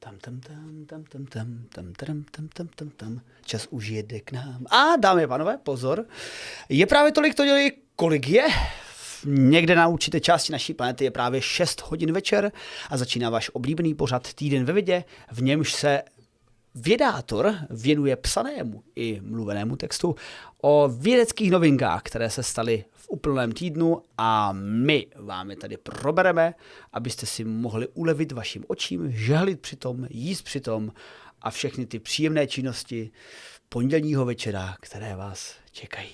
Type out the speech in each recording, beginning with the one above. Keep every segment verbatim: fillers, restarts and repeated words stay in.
Tam, tam, tam, tam, tam, tam, tam, tam, tam, tam, tam, tam. Čas už jede k nám. A dámy a pánové, pozor. Je právě tolik to dělí, kolik je. Někde na určité části naší planety je právě šest hodin večer a začíná váš oblíbený pořad Týden ve vědě, v němž se vědátor věnuje psanému i mluvenému textu o vědeckých novinkách, které se staly v uplynulém týdnu a my vám je tady probereme, abyste si mohli ulevit vašim očím, žehlit přitom, jíst přitom a všechny ty příjemné činnosti pondělního večera, které vás čekají.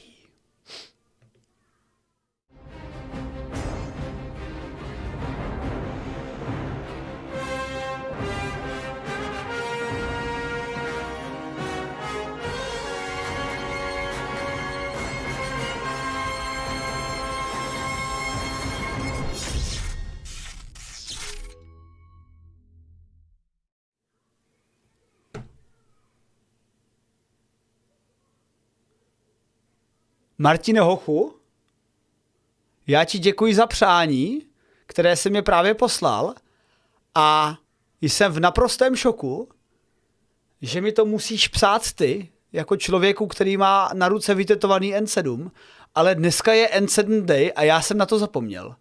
Martine Hochu, já ti děkuji za přání, které jsi mě právě poslal a jsem v naprostém šoku, že mi to musíš psát ty, jako člověku, který má na ruce vytetovaný N sedm, ale dneska je N sedm Day a já jsem na to zapomněl.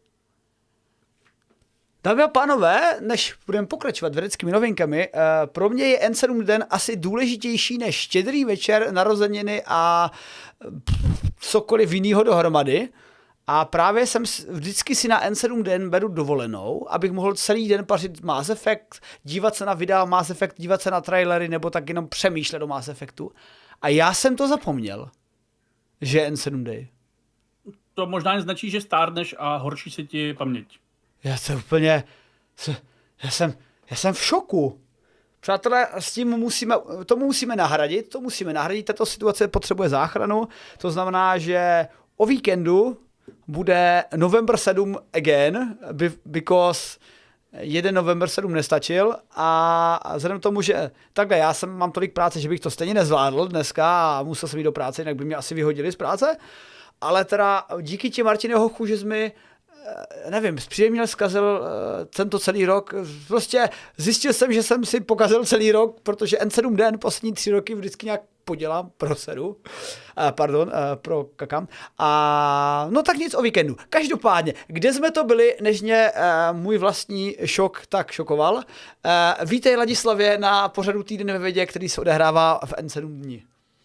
Dámy a pánové, než budeme pokračovat vědeckými novinkami, pro mě je N sedm den asi důležitější než Štědrý večer, narozeniny a cokoliv jinýho dohromady. A právě jsem vždycky si na N sedm den beru dovolenou, abych mohl celý den pařit Mass Effect, dívat se na videa Mass Effect, dívat se na trailery nebo tak jenom přemýšlet o Mass Effectu. A já jsem to zapomněl, že je N sedm Day. To možná značí, že stárneš a horší se ti paměť. Já jsem úplně, já jsem, já jsem v šoku. Přátelé, s tím musíme, to musíme nahradit, to musíme nahradit, tato situace potřebuje záchranu, to znamená, že o víkendu bude November sedm again, because jeden November sedm nestačil a vzhledem k tomu, že takhle já jsem, mám tolik práce, že bych to stejně nezvládl dneska a musel jsem jít do práce, jinak by mě asi vyhodili z práce, ale teda díky ti, Martine Hochu, že jsi mi nevím, příjemně zkazil tento celý rok. Prostě zjistil jsem, že jsem si pokazil celý rok, protože N sedm den poslední tři roky vždycky nějak podělám pro sedu. Pardon, pro kakam. A no tak nic o víkendu. Každopádně, kde jsme to byli, než mě můj vlastní šok tak šokoval. Vítej, Ladislavě, na pořadu Týden ve vědě, který se odehrává v N sedm dní.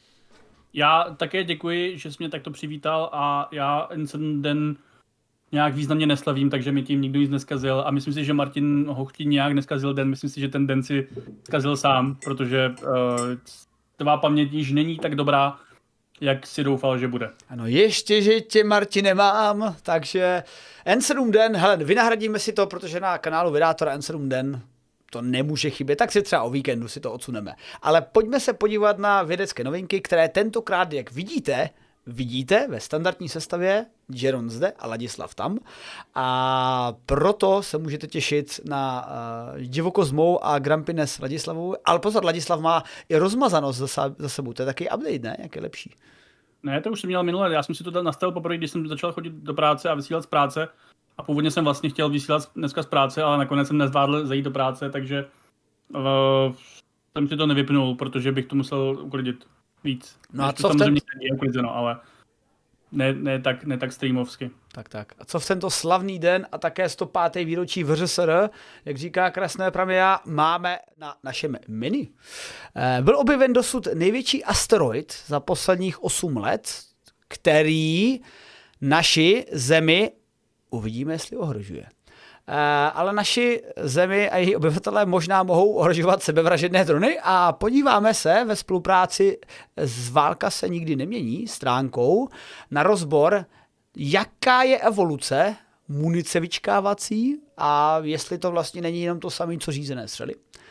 Já také děkuji, že jsi mě takto přivítal a já N sedm den nějak významně neslavím, takže mi tím nikdo nic neskazil a myslím si, že Martin Hoch ti nějak neskazil den, myslím si, že ten den si zkazil sám, protože uh, tvá paměť již není tak dobrá, jak si doufal, že bude. Ano, ještě, že tě, Martine, mám, takže N sedm den, hele, vynahradíme si to, protože na kanálu Vědátora N sedm den to nemůže chybět, tak si třeba o víkendu si to odsuneme. Ale pojďme se podívat na vědecké novinky, které tentokrát, jak vidíte, Vidíte ve standardní sestavě Jeron zde a Ladislav tam a proto se můžete těšit na uh, Divokozmou a Grampines s Ladislavou, ale pozor, Ladislav má i rozmazanost za, za sebou, to je taky update, ne? Jak je lepší? Ne, to už jsem měl minule, já jsem si to nastavil poprvé, když jsem začal chodit do práce a vysílat z práce a původně jsem vlastně chtěl vysílat dneska z práce, ale nakonec jsem nezvládl zajít do práce, takže uh, jsem si to nevypnul, protože bych to musel uklidit víc. No a to co samozřejmě ten... je uklizeno, ale ne, ne, tak, ne tak streamovsky. Tak, tak. A co v tento slavný den a také sto páté výročí V Ř S R, jak říká Krasné Pramia, máme na našem menu. Byl objeven dosud největší asteroid za posledních osm let, který naši Zemi, uvidíme, jestli ohrožuje. Uh, ale naši Zemi a její obyvatelé možná mohou ohrožovat sebevražedné drony a podíváme se ve spolupráci s Válka se nikdy nemění stránkou na rozbor, jaká je evoluce munice vyčkávací a jestli to vlastně není jenom to samé, co řízené střely.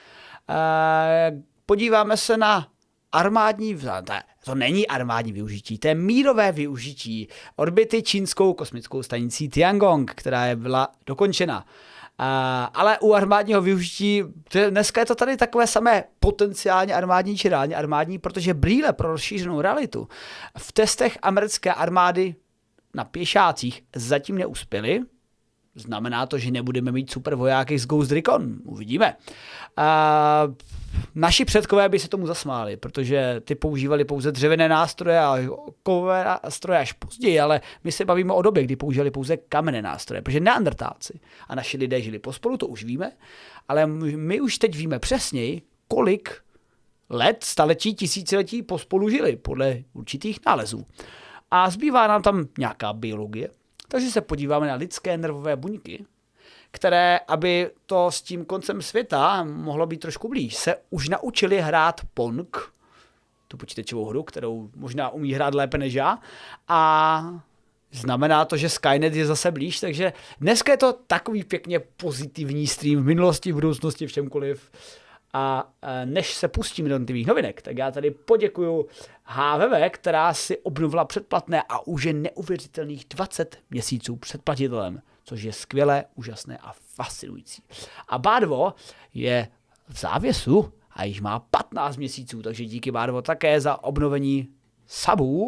Uh, podíváme se na armádní, to není armádní využití, to je mírové využití orbity čínskou kosmickou stanicí Tiangong, která je byla dokončena. A, ale u armádního využití, dneska je to tady takové samé potenciálně armádní či reálně armádní, protože brýle pro rozšířenou realitu v testech americké armády na pěšácích zatím neuspěly. Znamená to, že nebudeme mít super vojáky z Ghost Recon. Uvidíme. A naši předkové by se tomu zasmáli, protože ty používali pouze dřevěné nástroje a kovové nástroje až později, ale my se bavíme o době, kdy používali pouze kamenné nástroje, protože neandertálci a naši lidé žili pospolu, to už víme, ale my už teď víme přesněji, kolik let, staletí, tisíciletí pospolu žili podle určitých nálezů. A zbývá nám tam nějaká biologie, takže se podíváme na lidské nervové buňky, které, aby to s tím koncem světa mohlo být trošku blíž, se už naučili hrát Pong, tu počítačovou hru, kterou možná umí hrát lépe než já, a znamená to, že Skynet je zase blíž, takže dneska je to takový pěkně pozitivní stream v minulosti, v budoucnosti, v čemkoliv. A než se pustím do jednotlivých novinek, tak já tady poděkuju H V V, která si obnovila předplatné a už je neuvěřitelných dvacet měsíců předplatitelem, což je skvělé, úžasné a fascinující. A Bádvo je v závěsu a již má patnáct měsíců, takže díky Bádvo také za obnovení sabů.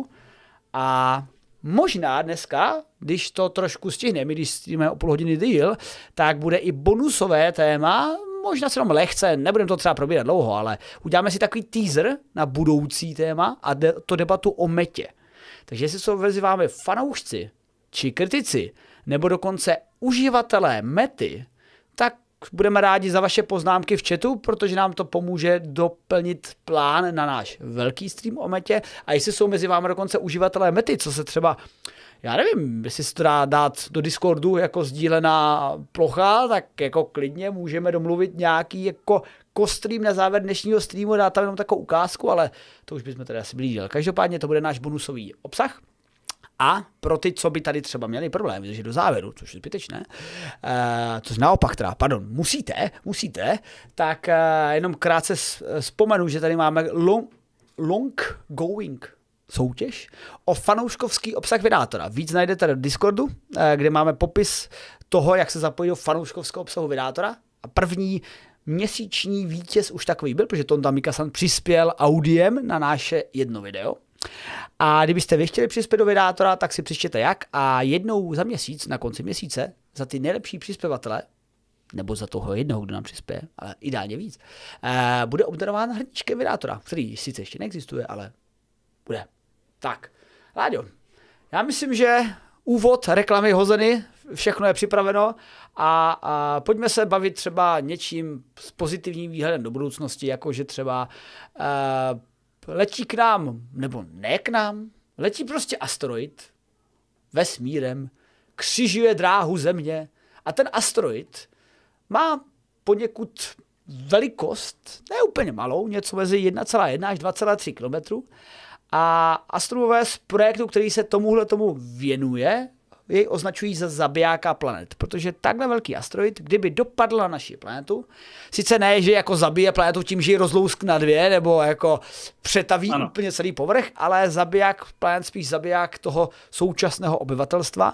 A možná dneska, když to trošku stihneme, když střímeme o půl hodiny díl, tak bude i bonusové téma, možná se jenom lehce, nebudeme to třeba probírat dlouho, ale uděláme si takový teaser na budoucí téma a de- to debatu o metě. Takže jestli jsou vyzýváme fanoušci či kritici, nebo dokonce uživatelé mety, tak budeme rádi za vaše poznámky v chatu, protože nám to pomůže doplnit plán na náš velký stream o metě. A jestli jsou mezi vámi dokonce uživatelé mety, co se třeba, já nevím, jestli se to dá dát do Discordu jako sdílená plocha, tak jako klidně můžeme domluvit nějaký jako kostream na závěr dnešního streamu, dát tam jenom takovou ukázku, ale to už bychom tady asi byli dělali. Každopádně to bude náš bonusový obsah. A pro ty, co by tady třeba měli problém, že do závěru, což je zbytečné, uh, což naopak teda, pardon, musíte, musíte, tak uh, jenom krátce vzpomenu, že tady máme long, long going soutěž o fanouškovský obsah vydátora. Víc najdete do Discordu, uh, kde máme popis toho, jak se zapojit do fanouškovského obsahu vydátora. A první měsíční vítěz už takový byl, protože Tonda Mikasan přispěl audiem na naše jedno video. A kdybyste vy chtěli přispět do vydátora, tak si přečtěte jak a jednou za měsíc, na konci měsíce, za ty nejlepší přispěvatele, nebo za toho jednoho, kdo nám přispěje, ale ideálně víc, eh, bude obdarován hrníčkem vydátora, který sice ještě neexistuje, ale bude. Tak, Láďo, já myslím, že úvod, reklamy hozeny, všechno je připraveno a, a pojďme se bavit třeba něčím s pozitivním výhledem do budoucnosti, jakože třeba eh, letí k nám, nebo ne k nám, letí prostě asteroid vesmírem, křižuje dráhu Země a ten asteroid má poněkud velikost, ne úplně malou, něco mezi jedna celá jedna až dva celá tři kilometru a astronomové z projektu, který se tomuhle tomu věnuje, jej označují za zabijáka planet, protože takhle velký asteroid, kdyby dopadl na naši planetu, sice ne, že jako zabije planetu tím, že ji rozlousk na dvě, nebo jako přetaví ano. úplně celý povrch, ale zabiják planet spíš zabiják toho současného obyvatelstva.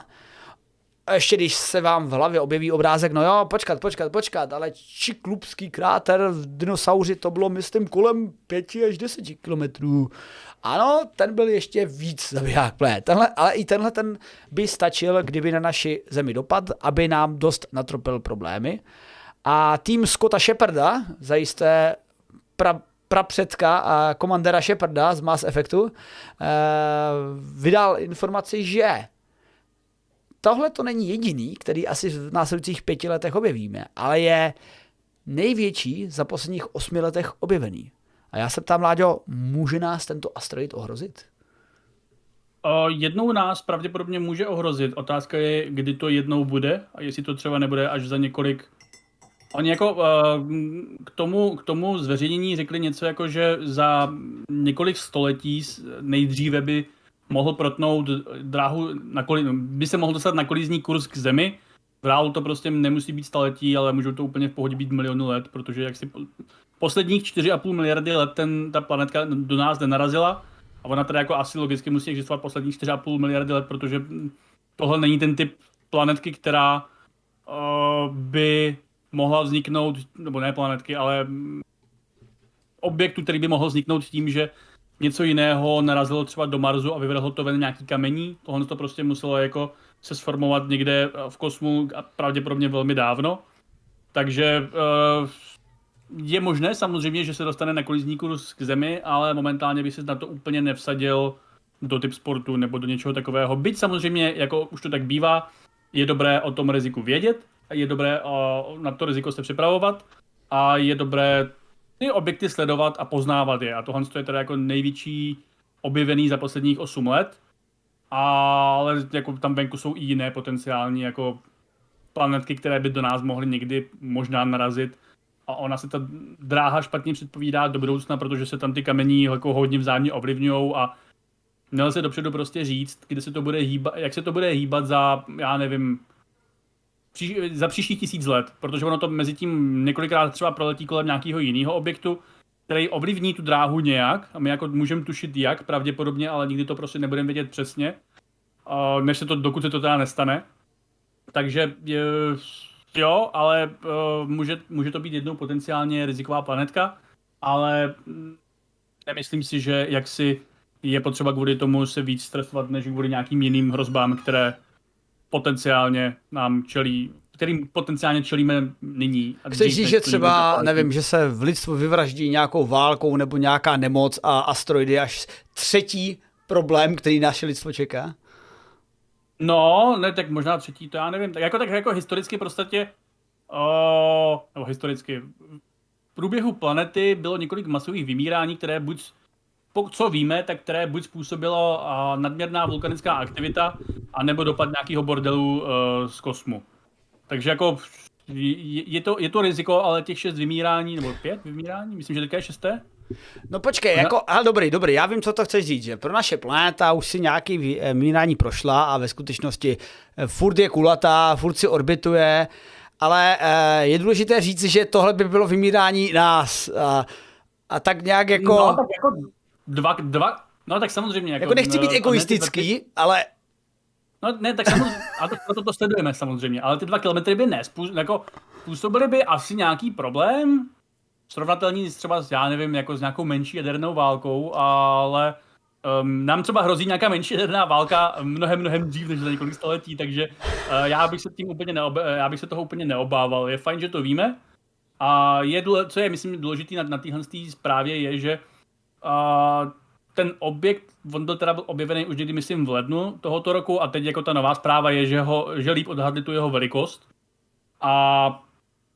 A ještě když se vám v hlavě objeví obrázek, no jo, počkat, počkat, počkat, ale Čiklubský kráter v dinosauři to bylo, myslím, kolem pěti až deseti kilometrů. Ano, ten byl ještě víc zabiják planet. Tenhle, ale i tenhle ten by stačil, kdyby na naši Zemi dopad, aby nám dost natropil problémy. A tým Scotta Sheparda, zajisté pra, prapředka a komandera Sheparda z Mass Effectu, eh, vydal informaci, že tohle to není jediný, který asi v následujících pěti letech objevíme, ale je největší za posledních osmi letech objevený. A já se ptám, Láďo, může nás tento asteroid ohrozit? O, jednou nás pravděpodobně může ohrozit. Otázka je, kdy to jednou bude a jestli to třeba nebude až za několik... Oni jako uh, k tomu, k tomu zveřejnění řekli něco jako, že za několik století nejdříve by mohl protnout dráhu, na koli, by se mohl dostat na kolizní kurz k Zemi. V reálu to prostě nemusí být staletí, ale můžou to úplně v pohodě být miliony let, protože jak si po, posledních čtyři a půl miliardy let ten, ta planetka do nás nenarazila a ona teda jako asi logicky musí existovat posledních čtyři a půl miliardy let, protože tohle není ten typ planetky, která uh, by mohla vzniknout, nebo ne planetky, ale objektu, který by mohl vzniknout tím, že něco jiného narazilo třeba do Marsu a vyvrhlo to ven nějaký kamení. Tohle to prostě muselo jako se sformovat někde v kosmu a pravděpodobně velmi dávno. Takže uh, je možné samozřejmě, že se dostane na kolizníku k Zemi, ale momentálně by se na to úplně nevsadil do typ sportu nebo do něčeho takového. Byť samozřejmě, jako už to tak bývá, je dobré o tom riziku vědět, je dobré uh, na to riziko se připravovat a je dobré ty objekty sledovat a poznávat je. A tohle je teda jako největší objevený za posledních osm let. Ale jako tam venku jsou i jiné potenciální jako planetky, které by do nás mohly někdy možná narazit. A ona se ta dráha špatně předpovídá do budoucna, protože se tam ty kamení jako hodně vzájemně ovlivňují a nelze dopředu prostě říct, kde se to bude hýbat, jak se to bude hýbat za, já nevím, příš, za příští tisíc let, protože ono to mezi tím několikrát třeba proletí kolem nějakého jiného objektu, který ovlivní tu dráhu nějak a my jako můžeme tušit jak, pravděpodobně, ale nikdy to prostě nebudeme vědět přesně, než se to, dokud se to teda nestane. Takže jo, ale může, může to být jednou potenciálně riziková planetka, ale nemyslím si, že jaksi je potřeba kvůli tomu se víc stresovat, než kvůli nějakým jiným hrozbám, které potenciálně nám čelí, kterým potenciálně čelíme nyní. Chceš říct, že třeba, nevím, že se v lidstvu vyvraždí nějakou válkou nebo nějaká nemoc a asteroidy až třetí problém, který naše lidstvo čeká? No, ne, tak možná třetí, to já nevím. Tak jako, tak jako historicky prostě, o, nebo historicky, v průběhu planety bylo několik masových vymírání, které buď, co víme, tak které buď způsobilo a, nadměrná vulkanická aktivita, anebo dopad nějakého bordelu uh, z kosmu. Takže jako je, je, to, je to riziko, ale těch šest vymírání, nebo pět vymírání, myslím, že teďka je šesté? No počkej, jako, ale dobrý, dobrý, já vím, co to chceš říct, že pro naše planeta už si nějaký vymírání prošla a ve skutečnosti furt je kulatá, furt si orbituje, ale eh, je důležité říct, že tohle by bylo vymírání nás a, a tak nějak jako... No tak jako dva, dva, no tak samozřejmě. Jako, jako nechci být egoistický, ty... ale... No ne, tak samozřejmě, a to, proto to sledujeme samozřejmě, ale ty dva kilometry by nespůsobily jako, působily by asi nějaký problém, srovnatelný třeba, já nevím, jako s nějakou menší jadernou válkou, ale um, nám třeba hrozí nějaká menší jaderná válka mnohem, mnohem dřív než za několik století, takže uh, já bych se tím úplně neob, já bych se toho úplně neobával. Je fajn, že to víme. A je důle, co je, myslím, důležitý na, na téhle zprávě je, že uh, ten objekt, on byl teda objevený už někdy, myslím, v lednu tohoto roku a teď jako ta nová zpráva je, že, ho, že líp odhadli tu jeho velikost. A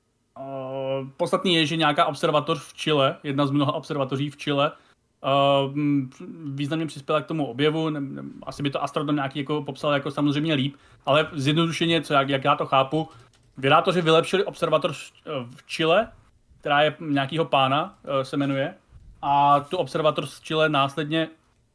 Uh, podstatný je, že nějaká observatoř v Chile, jedna z mnoha observatoří v Chile, uh, významně přispěla k tomu objevu. Ne, ne, asi by to astronom nějaký jako popsal jako samozřejmě líp, ale zjednodušeně, co, jak, jak já to chápu, vědátoři vylepšili observatoř v Chile, která je nějakýho pána, uh, se jmenuje, a tu observatoř v Chile následně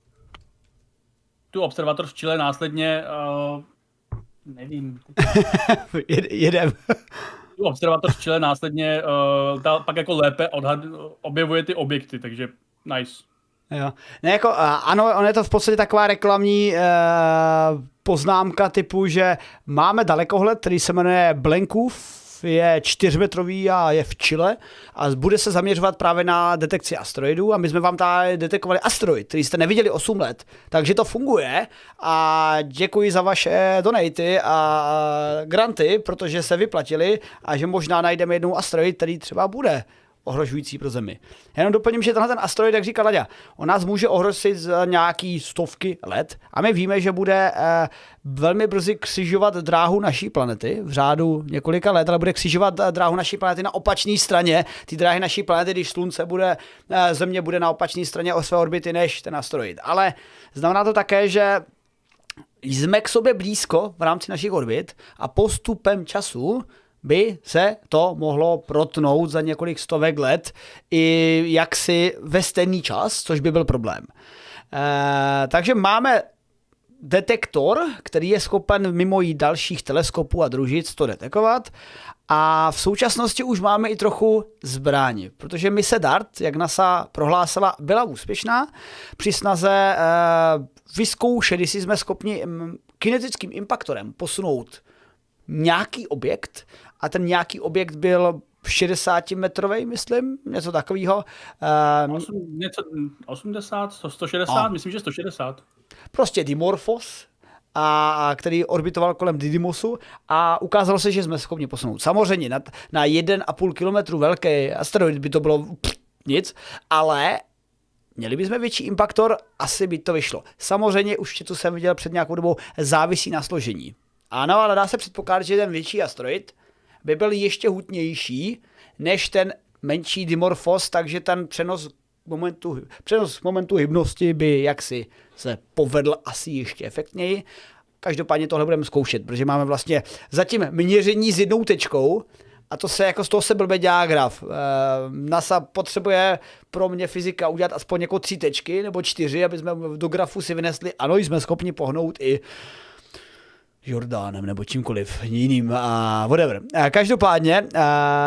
tu observatoř v Chile následně uh, nevím. Jedem. Observatoř v Chile následně uh, ta, pak jako lépe odhad, objevuje ty objekty, takže nice. Jo. Ne, jako, uh, ano, on je to v podstatě taková reklamní uh, poznámka typu, že máme dalekohled, který se jmenuje Blenkův, je čtyřmetrový a je v Chile a bude se zaměřovat právě na detekci asteroidů a my jsme vám tady detekovali asteroid, který jste neviděli osm let, takže to funguje a děkuji za vaše donaty a granty, protože se vyplatili a že možná najdeme jednou asteroid, který třeba bude ohrožující pro Zemi. Jenom doplním, že tenhle ten asteroid, jak říká Laďa, on nás může ohrozit za nějaký stovky let a my víme, že bude eh, velmi brzy křižovat dráhu naší planety v řádu několika let, ale bude křižovat dráhu naší planety na opačné straně. Ty dráhy naší planety, když Slunce bude, eh, Země bude na opačné straně o své orbity než ten asteroid. Ale znamená to také, že jsme k sobě blízko v rámci našich orbit a postupem času by se to mohlo protnout za několik stovek let i jaksi ve stejný čas, což by byl problém. E, takže máme detektor, který je schopen mimo jí dalších teleskopů a družic to detekovat a v současnosti už máme i trochu zbraň, protože mise DART, jak NASA prohlásila, byla úspěšná při snaze e, vyzkoušet, jestli jsme schopni kinetickým impaktorem posunout nějaký objekt a ten nějaký objekt byl šedesátimetrový, myslím, něco takového. Um, něco osmdesát, sto šedesát, a. Myslím, že sto šedesát. Prostě Dimorphos a který orbitoval kolem Didymosu a ukázalo se, že jsme schopni posunout. Samozřejmě na, na jeden a půl kilometru velký asteroid by to bylo pff, nic, ale měli bychom větší impaktor, asi by to vyšlo. Samozřejmě už co jsem viděl před nějakou dobou, závisí na složení. Ano, ale dá se předpokládat, že ten větší asteroid by byl ještě hutnější než ten menší Dimorphos, takže ten přenos momentu, přenos momentu hybnosti by jaksi se povedl asi ještě efektněji. Každopádně tohle budeme zkoušet, protože máme vlastně zatím měření s jednou tečkou a to se jako z toho se blbě dělá graf. E, NASA potřebuje pro mě fyzika udělat aspoň jako tři tečky nebo čtyři, aby jsme do grafu si vynesli, ano, jsme schopni pohnout i Jordánem nebo čímkoliv jiným a whatever. E, každopádně e,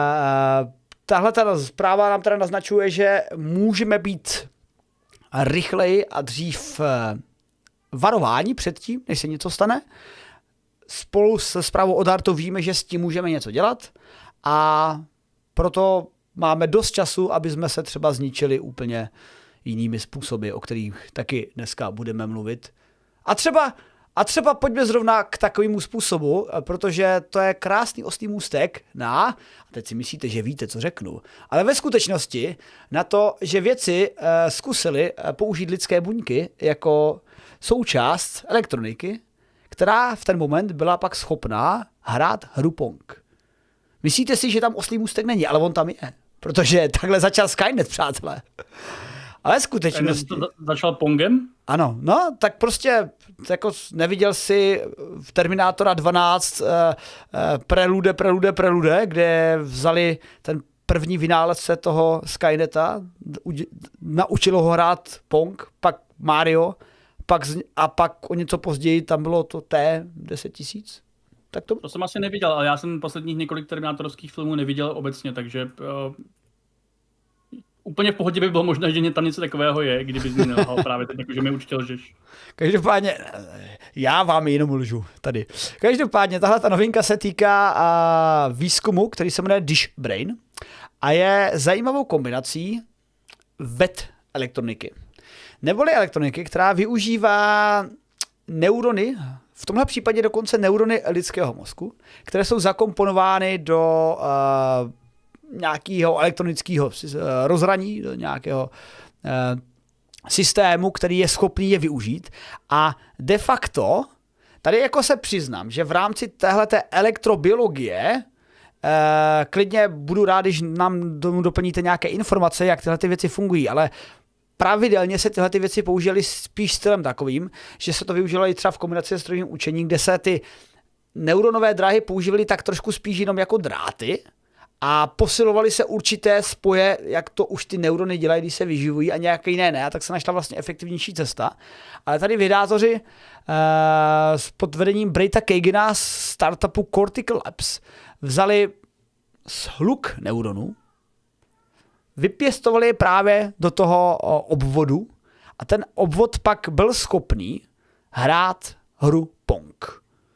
tahle ta zpráva nám teda naznačuje, že můžeme být rychleji a dřív varování před tím, než se něco stane. Spolu se zprávou od Dartu víme, že s tím můžeme něco dělat a proto máme dost času, aby jsme se třeba zničili úplně jinými způsoby, o kterých taky dneska budeme mluvit. A třeba A třeba pojďme zrovna k takovému způsobu, protože to je krásný oslý můstek na, a teď si myslíte, že víte, co řeknu, ale ve skutečnosti na to, že vědci eh, zkusili eh, použít lidské buňky jako součást elektroniky, která v ten moment byla pak schopná hrát hru Pong. Myslíte si, že tam oslý můstek není, ale on tam je, protože takhle začal Skynet, přátelé. Ale skutečnosti... To začal Pongem? Ano, no, tak prostě jako neviděl jsi v Terminátora dvanáct uh, uh, prelude, prelude, prelude, kde vzali ten první vynálezce toho Skyneta, naučilo ho hrát Pong, pak Mario, pak z, a pak o něco později tam bylo to T deset tisíc. Tak to... to jsem asi neviděl, ale já jsem posledních několik terminátorovských filmů neviděl obecně, takže... Uh... Úplně v pohodě by bylo možné, že tam něco takového je, kdyby jsi nelhal právě teď, že mi určitě lžeš. Každopádně, já vám jenom lžu tady. Každopádně, tahle ta novinka se týká uh, výzkumu, který se jmenuje Dish Brain a je zajímavou kombinací ved elektroniky. Neboli elektroniky, která využívá neurony, v tomhle případě dokonce neurony lidského mozku, které jsou zakomponovány do uh, nějakého elektronického rozhraní, do nějakého uh, systému, který je schopný je využít. A de facto, tady jako se přiznám, že v rámci téhleté elektrobiologie uh, klidně budu rád, když nám doplníte nějaké informace, jak tyhle ty věci fungují, ale pravidelně se tyhle ty věci používaly spíš stylem takovým, že se to využívalo i třeba v kombinaci se strojním učením, kde se ty neuronové dráhy používaly tak trošku spíš jenom jako dráty, a posilovaly se určité spoje, jak to už ty neurony dělají, když se vyživují a nějaké jiné ne, a tak se našla vlastně efektivnější cesta. Ale tady vědátoři uh, pod vedením Breita Kagena z startupu Cortical Labs vzali shluk neuronů, vypěstovali je právě do toho uh, obvodu a ten obvod pak byl schopný hrát hru Pong.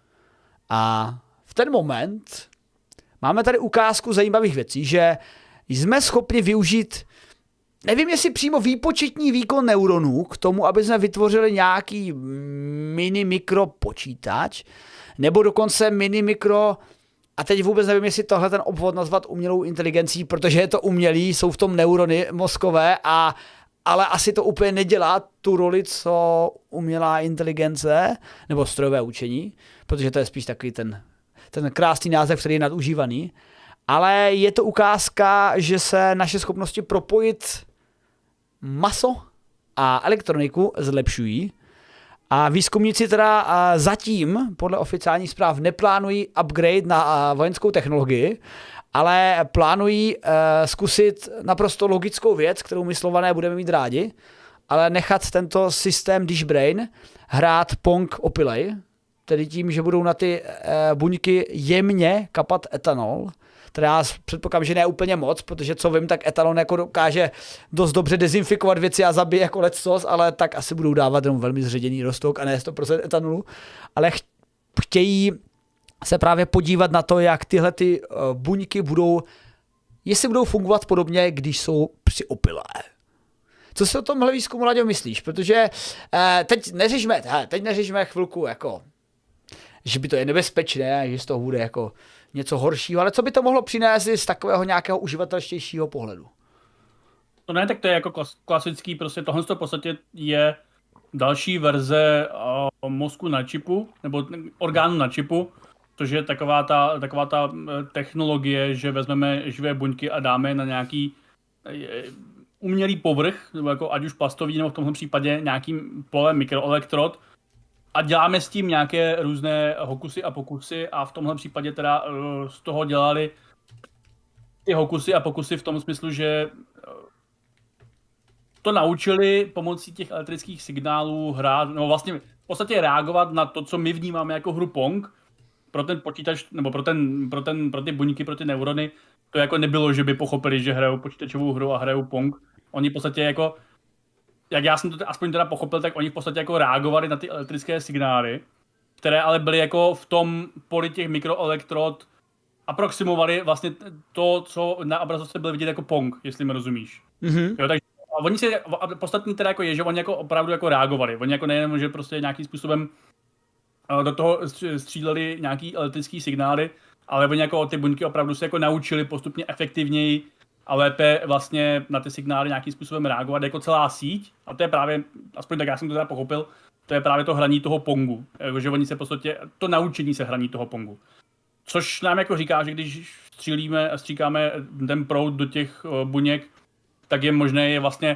A v ten moment máme tady ukázku zajímavých věcí, že jsme schopni využít, nevím jestli přímo výpočetní výkon neuronů k tomu, aby jsme vytvořili nějaký mini mikro počítač, nebo dokonce mini mikro, a teď vůbec nevím, jestli tohle ten obvod nazvat umělou inteligencí, protože je to umělý, jsou v tom neurony mozkové, a, ale asi to úplně nedělá tu roli, co umělá inteligence, nebo strojové učení, protože to je spíš takový ten ten krásný název, který je nadužívaný, ale je to ukázka, že se naše schopnosti propojit maso a elektroniku zlepšují a výzkumníci teda zatím podle oficiálních zpráv neplánují upgrade na vojenskou technologii, ale plánují zkusit naprosto logickou věc, kterou my Slované budeme mít rádi, ale nechat tento systém Dish Brain hrát Pong opilej, tedy tím, že budou na ty e, buňky jemně kapat etanol. Teda já předpokládám, že ne úplně moc, protože co vím, tak etanol jako dokáže dost dobře dezinfikovat věci a zabije jako leccos, ale tak asi budou dávat jenom velmi zředěný roztok a ne sto procent etanolu. Ale ch- chtějí se právě podívat na to, jak tyhle ty uh, buňky budou, jestli budou fungovat podobně, když jsou přiopilé. Co si o tomhle výzkumu, Laďo, myslíš? Protože uh, teď neřešme, teď neřešme chvilku jako že by to je nebezpečné, že z toho bude jako něco horšího, ale co by to mohlo přinést z takového nějakého uživatelštějšího pohledu? To ne, tak to je jako klasický, prostě tohle v podstatě je další verze uh, mozku na čipu, nebo orgánu na čipu, což je taková ta, taková ta technologie, že vezmeme živé buňky a dáme na nějaký umělý povrch, nebo jako ať už plastový, nebo v tomhle případě nějakým polem mikroelektrod a děláme s tím nějaké různé hokusy a pokusy a v tomhle případě teda uh, z toho dělali ty hokusy a pokusy v tom smyslu, že to naučili pomocí těch elektrických signálů hrát, nebo vlastně v podstatě reagovat na to, co my vnímáme jako hru Pong. Pro ten počítač, nebo pro, ten, pro, ten, pro ty buňky, pro ty neurony, to jako nebylo, že by pochopili, že hrajou počítačovou hru a hrajou Pong. Oni v podstatě jako, jak já jsem to aspoň teda pochopil, tak oni v podstatě jako reagovali na ty elektrické signály, které ale byly jako v tom poli těch mikroelektrod, aproximovali vlastně to, co na obrazovce bylo vidět jako Pong, jestli mi rozumíš. Mm-hmm. Jo, takže a oni si, podstatný teda jako je, že oni jako opravdu jako reagovali. Oni jako nejenom, že prostě nějakým způsobem do toho stříleli nějaký elektrický signály, ale oni jako ty buňky opravdu se jako naučili postupně efektivněji a lépe vlastně na ty signály nějakým způsobem reagovat jako celá síť. A to je právě, aspoň tak já jsem to teda pochopil, to je právě to hraní toho Pongu. Že oni se v podstatě, to naučení se hraní toho Pongu. Což nám jako říká, že když střílíme a stříkáme ten proud do těch buněk, tak je možné je vlastně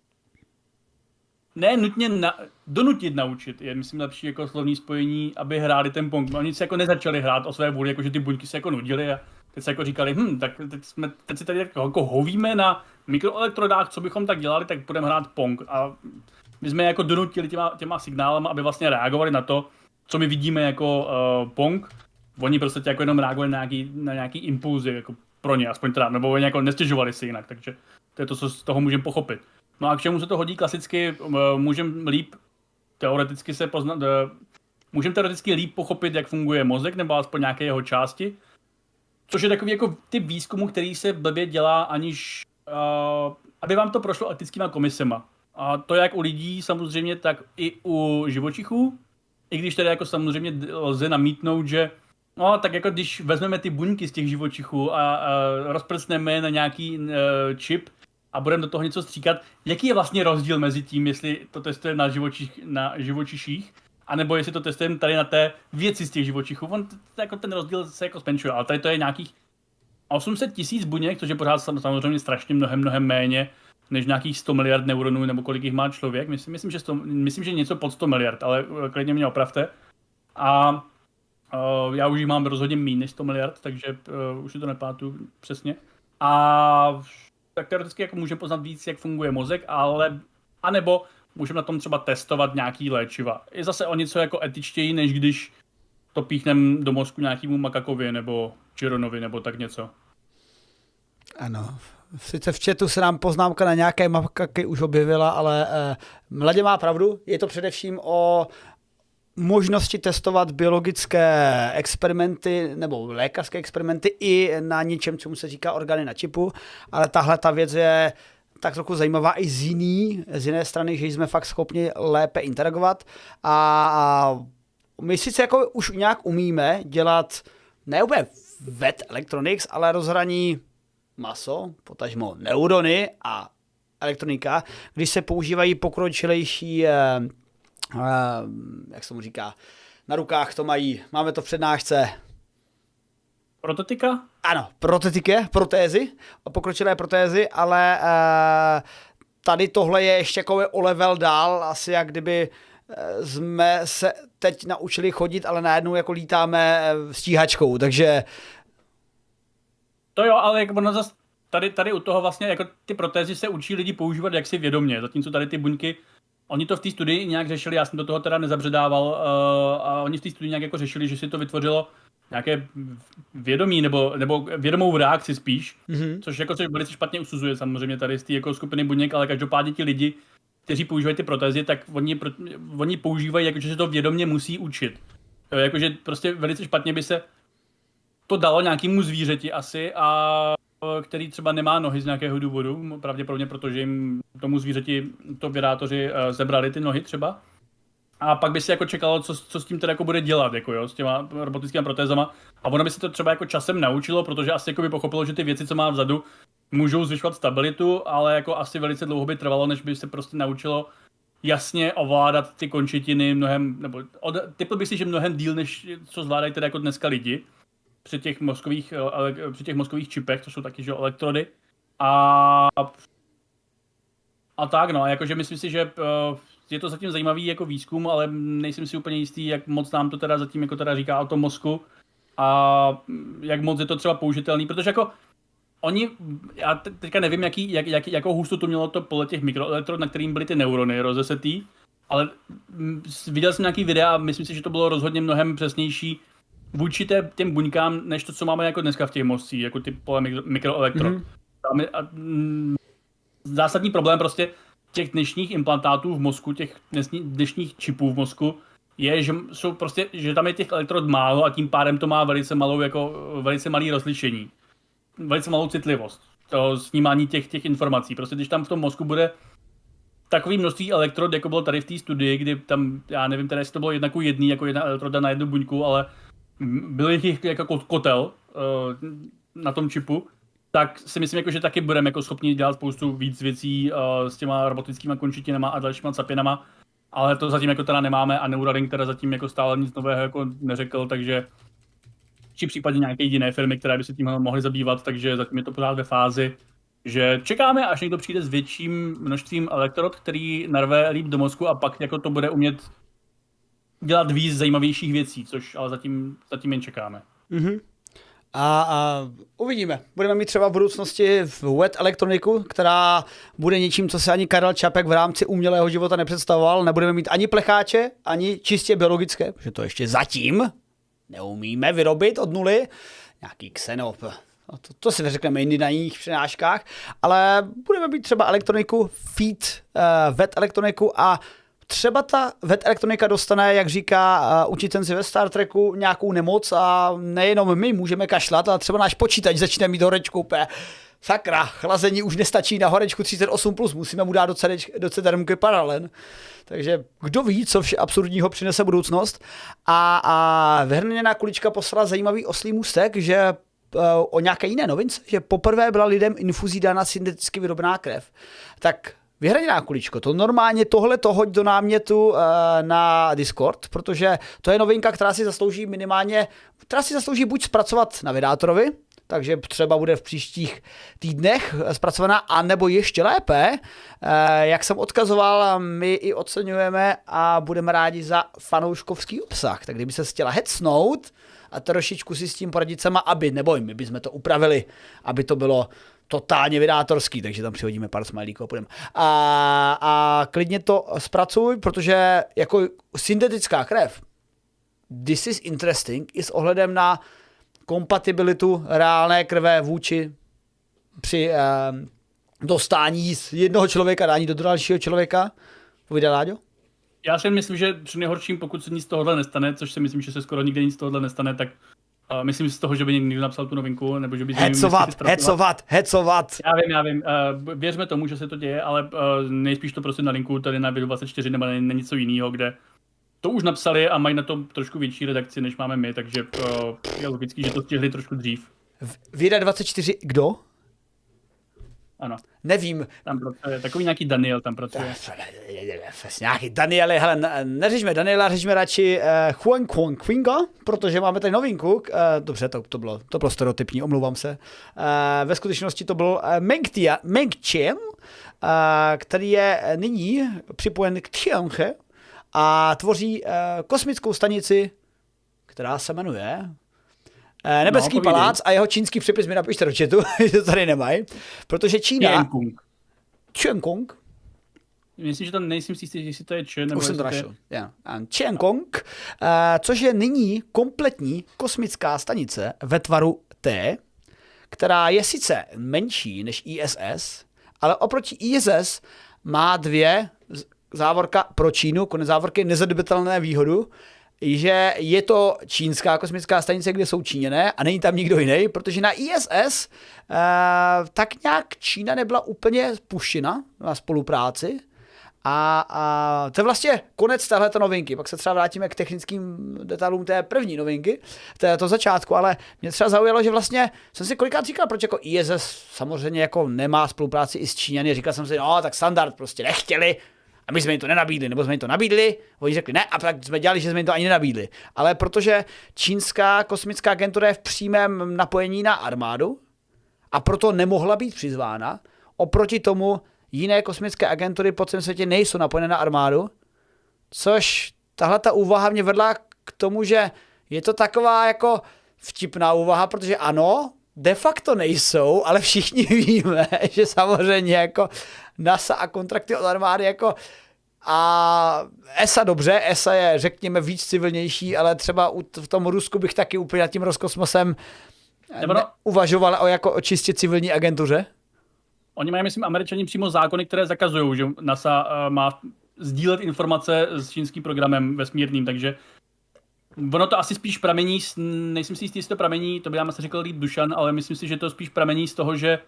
ne nutně na, donutit naučit, je myslím lepší jako slovní spojení, aby hráli ten Pong. Oni se jako nezačali hrát o své vůli, jakože ty buňky se jako nudily a teď se jako říkali, hm, tak teď, jsme, teď si tady jako, jako hovíme na mikroelektrodách, co bychom tak dělali, tak budeme hrát Pong. A my jsme je jako donutili těma, těma signálama, aby vlastně reagovali na to, co my vidíme jako uh, Pong. Oni prostě jako jenom reagovali na nějaký, na nějaký impulzy, jako pro ně, aspoň teda, nebo oni jako nestěžovali si jinak, takže to je to, co z toho můžeme pochopit. No a k čemu se to hodí klasicky, můžeme líp teoreticky se poznat, můžeme teoreticky líp pochopit, jak funguje mozek, nebo aspoň nějaké jeho části, což je takový jako typ výzkumu, který se blbě dělá, aniž, uh, aby vám to prošlo etickýma komisema. A to jak u lidí samozřejmě, tak i u živočichů, i když tedy jako samozřejmě lze namítnout, že no, tak jako když vezmeme ty buňky z těch živočichů a, a rozprcneme na nějaký uh, čip a budeme do toho něco stříkat, jaký je vlastně rozdíl mezi tím, jestli to testujeme na, živočich, na živočiších, anebo jestli to testujeme tady na té věci z těch živočichů. On t- t- jako ten rozdíl se jako zmenšuje, ale tady to je nějakých osm set tisíc buněk, což je pořád samozřejmě strašně mnohem, mnohem méně, než nějakých sto miliard neuronů, nebo kolik jich má člověk. Myslím, myslím, že, sto, myslím že něco pod sto miliard, ale klidně mě opravte. A Uh, já už jich mám rozhodně méně než sto miliard, takže uh, už si to nepamatuju přesně. A tak teoreticky jako můžeme poznat víc, jak funguje mozek, ale anebo můžeme na tom třeba testovat nějaký léčiva. Je zase o něco jako etičtěji, než když to píchneme do mozku nějakému makakovi nebo Chironovi nebo tak něco. Ano. Sice v chatu se nám poznámka na nějaké makaky už objevila, ale eh, Mladě má pravdu. Je to především o možnosti testovat biologické experimenty nebo lékařské experimenty i na něčem, čemu se říká orgány na čipu, ale tahle ta věc je tak trochu zajímavá i z jiný, z jiné strany, že jsme fakt schopni lépe interagovat a my sice jako už nějak umíme dělat ne úplně vet electronics, ale rozhraní maso, potažmo neurony a elektronika, když se používají pokročilejší Uh, jak se mu říká, na rukách to mají, máme to v přednášce. Prototika? Ano, prototiky, protézy, pokročilé protézy, ale uh, tady tohle je ještě jako o level dál, asi jak kdyby uh, jsme se teď naučili chodit, ale najednou jako lítáme stíhačkou, takže... To jo, ale jako ono zase tady, tady u toho vlastně jako ty protézy se učí lidi používat jaksi vědomě, zatímco tady ty buňky oni to v té studii nějak řešili, já jsem do toho teda nezabředával, uh, a oni v té studii nějak jako řešili, že si to vytvořilo nějaké vědomí nebo, nebo vědomou reakci spíš, mm-hmm. což jako se velice špatně usuzuje samozřejmě tady z té jako skupiny buněk, ale každopádně ti lidi, kteří používají ty protézy, tak oni, oni používají, jakože se to vědomě musí učit. Jo, jakože prostě velice špatně by se to dalo nějakému zvířeti asi, a který třeba nemá nohy z nějakého důvodu, pravděpodobně protože jim tomu zvířeti to vyrátoři zebrali ty nohy třeba. A pak by si jako čekalo, co, co s tím teda jako bude dělat, jako jo, s těma robotickými protézama. A ono by se to třeba jako časem naučilo, protože asi jako by pochopilo, že ty věci, co má vzadu, můžou zvyšovat stabilitu, ale jako asi velice dlouho by trvalo, než by se prostě naučilo jasně ovládat ty končetiny mnohem, nebo od, typl bych si, že mnohem díl, než co zvládají teda jako dneska lidi při těch mozkových, při těch mozkových čipech, to jsou taky, že elektrody. A, a tak no, jakože myslím si, že je to zatím zajímavý jako výzkum, ale nejsem si úplně jistý, jak moc nám to teda zatím jako teda říká o tom mozku a jak moc je to třeba použitelný, protože jako oni, já teďka nevím, jaký, jak, jak, jakou hustotu mělo to pole těch mikroelektrod, na kterým byly ty neurony rozesetý, ale viděl jsem nějaký videa a myslím si, že to bylo rozhodně mnohem přesnější vůči těm buňkám, než to, co máme jako dneska v těch mozcích, jako ty pole mikroelektrod. Mm-hmm. Tam je, a, m, zásadní problém prostě těch dnešních implantátů v mozku, těch dnešních čipů v mozku, je, že jsou prostě, že tam je těch elektrod málo a tím pádem to má velice malou, jako velice malý rozlišení. Velice malou citlivost toho snímání těch, těch informací. Prostě když tam v tom mozku bude takový množství elektrod, jako bylo tady v té studii, kdy tam, já nevím, teda jestli to bylo jedna ku jedný, jako jedna elektroda na jednu buňku, ale byl jich jako kotel uh, na tom čipu, tak si myslím, jako, že taky budeme jako schopni dělat spoustu víc věcí uh, s těma robotickými končetinama a dalšíma capinama, ale to zatím jako teda nemáme a Neuralink teda zatím jako stále nic nového jako neřekl, takže či případně nějaké jiné firmy, které by se tím mohly zabývat, takže zatím je to pořád ve fázi, že čekáme, až někdo přijde s větším množstvím elektrod, který narve líp do mozku a pak jako to bude umět dělat víc zajímavějších věcí, což ale zatím, zatím jen čekáme. Mm-hmm. A, a uvidíme. Budeme mít třeba v budoucnosti wet elektroniku, která bude něčím, co se ani Karel Čapek v rámci umělého života nepředstavoval. Nebudeme mít ani plecháče, ani čistě biologické, protože to ještě zatím neumíme vyrobit od nuly. Nějaký Xenop. No to, to si neřekneme jindy na jiných přednáškách, ale budeme mít třeba elektroniku, feed, uh, wet elektroniku a třeba ta wet elektronika dostane, jak říká uh, učitenci ve Star Treku, nějakou nemoc a nejenom my můžeme kašlat, ale třeba náš počítač začne mít horečku úplně. Sakra, chlazení už nestačí na horečku třicet osm plus, musíme mu dát do, do cedermky paralen. Takže kdo ví, co vše absurdního přinese budoucnost. A, a Vyhrněná kulička poslala zajímavý oslý můstek, že uh, o nějaké jiné novince, že poprvé byla lidem infuzí dána synteticky vyrobená krev. Tak Vyhraněná kuličko, to normálně tohle to hoď do námětu uh, na Discord, protože to je novinka, která si zaslouží minimálně, která si zaslouží buď zpracovat na vydátorovi, takže třeba bude v příštích týdnech zpracovaná, anebo ještě lépe, uh, jak jsem odkazoval, my i oceňujeme a budeme rádi za fanouškovský obsah, tak kdyby se chtěla hecnout a trošičku si s tím poradit sama, aby, neboj, my bychom to upravili, aby to bylo totálně vydátorský, takže tam přihodíme pár smajlíků a půjdeme. A, a klidně to zpracuj, protože jako syntetická krev, this is interesting, i s ohledem na kompatibilitu reálné krve vůči při eh, dostání z jednoho člověka dání do dalšího člověka. Povídá, Láďo? Já si myslím, že při nejhorším, pokud se nic z tohohle nestane, což si myslím, že se skoro nikdy nic z tohohle nestane, tak Uh, myslím si z toho, že by někdo napsal tu novinku, nebo že by... Hecovat, hecovat, hecovat. Já vím, já vím. Uh, věřme tomu, že se to děje, ale uh, nejspíš to prostě na linku tady na Vidu dvacet čtyři nebo na něco jiného, kde to už napsali a mají na tom trošku větší redakci, než máme my, takže uh, je logický, že to stihli trošku dřív. Vida dvacet čtyři, kdo? Ano. Nevím. Tam pracuje, takový nějaký Daniel tam pracuje. Nějaký Daniel, hele, neřešme Daniela, řešme radši uh, Juan Juan Quinga, protože máme tady novinku. Uh, dobře, to, to, bylo, to bylo stereotypní, omlouvám se. Uh, ve skutečnosti to byl uh, Meng, Tia, Meng Qian, uh, který je nyní připojen k Tianhe a tvoří uh, kosmickou stanici, která se jmenuje Nebeský no, palác a jeho čínský přepis mi napište do chatu, že to tady nemají, protože Čína... Tiankung. Tiankung. Myslím, že tam nejsem si jistý, jestli to je Chen, nebo Už jsem to je... našel. Yeah. Tiankung, uh, což je nyní kompletní kosmická stanice ve tvaru T, která je sice menší než I S S, ale oproti I S S má dvě závorka pro Čínu, konec závorky nezadobitelné výhodu, že je to čínská kosmická stanice, kde jsou Číňané a není tam nikdo jiný, protože na I S S uh, tak nějak Čína nebyla úplně puštěna na spolupráci A, a to je vlastně konec téhleté novinky. Pak se třeba vrátíme k technickým detailům té první novinky, té to začátku, ale mě třeba zaujalo, že vlastně jsem si kolikrát říkal, proč jako I S S samozřejmě jako nemá spolupráci i s Číňany. Říkal jsem si, no tak standard prostě nechtěli a my jsme jim to nenabídli, nebo jsme jim to nabídli, oni řekli ne a tak jsme dělali, že jsme jim to ani nenabídli. Ale protože čínská kosmická agentura je v přímém napojení na armádu a proto nemohla být přizvána, oproti tomu jiné kosmické agentury po celém světě nejsou napojené na armádu, což tahle ta úvaha mě vedla k tomu, že je to taková jako vtipná úvaha, protože ano, de facto nejsou, ale všichni víme, že samozřejmě jako NASA a kontrakty od armády jako a E S A dobře, E S A je řekněme víc civilnější, ale třeba v tom Rusku bych taky úplně nad tím Roskosmosem no, uvažoval o jako o čistě civilní agentuře. Oni mají, myslím, Američani přímo zákony, které zakazují, že NASA uh, má sdílet informace s čínským programem vesmírným, takže ono to asi spíš pramení, nejsem si jistý, jestli to pramení, to by nám asi řekl líp Dušan, ale myslím si, že to spíš pramení z toho, že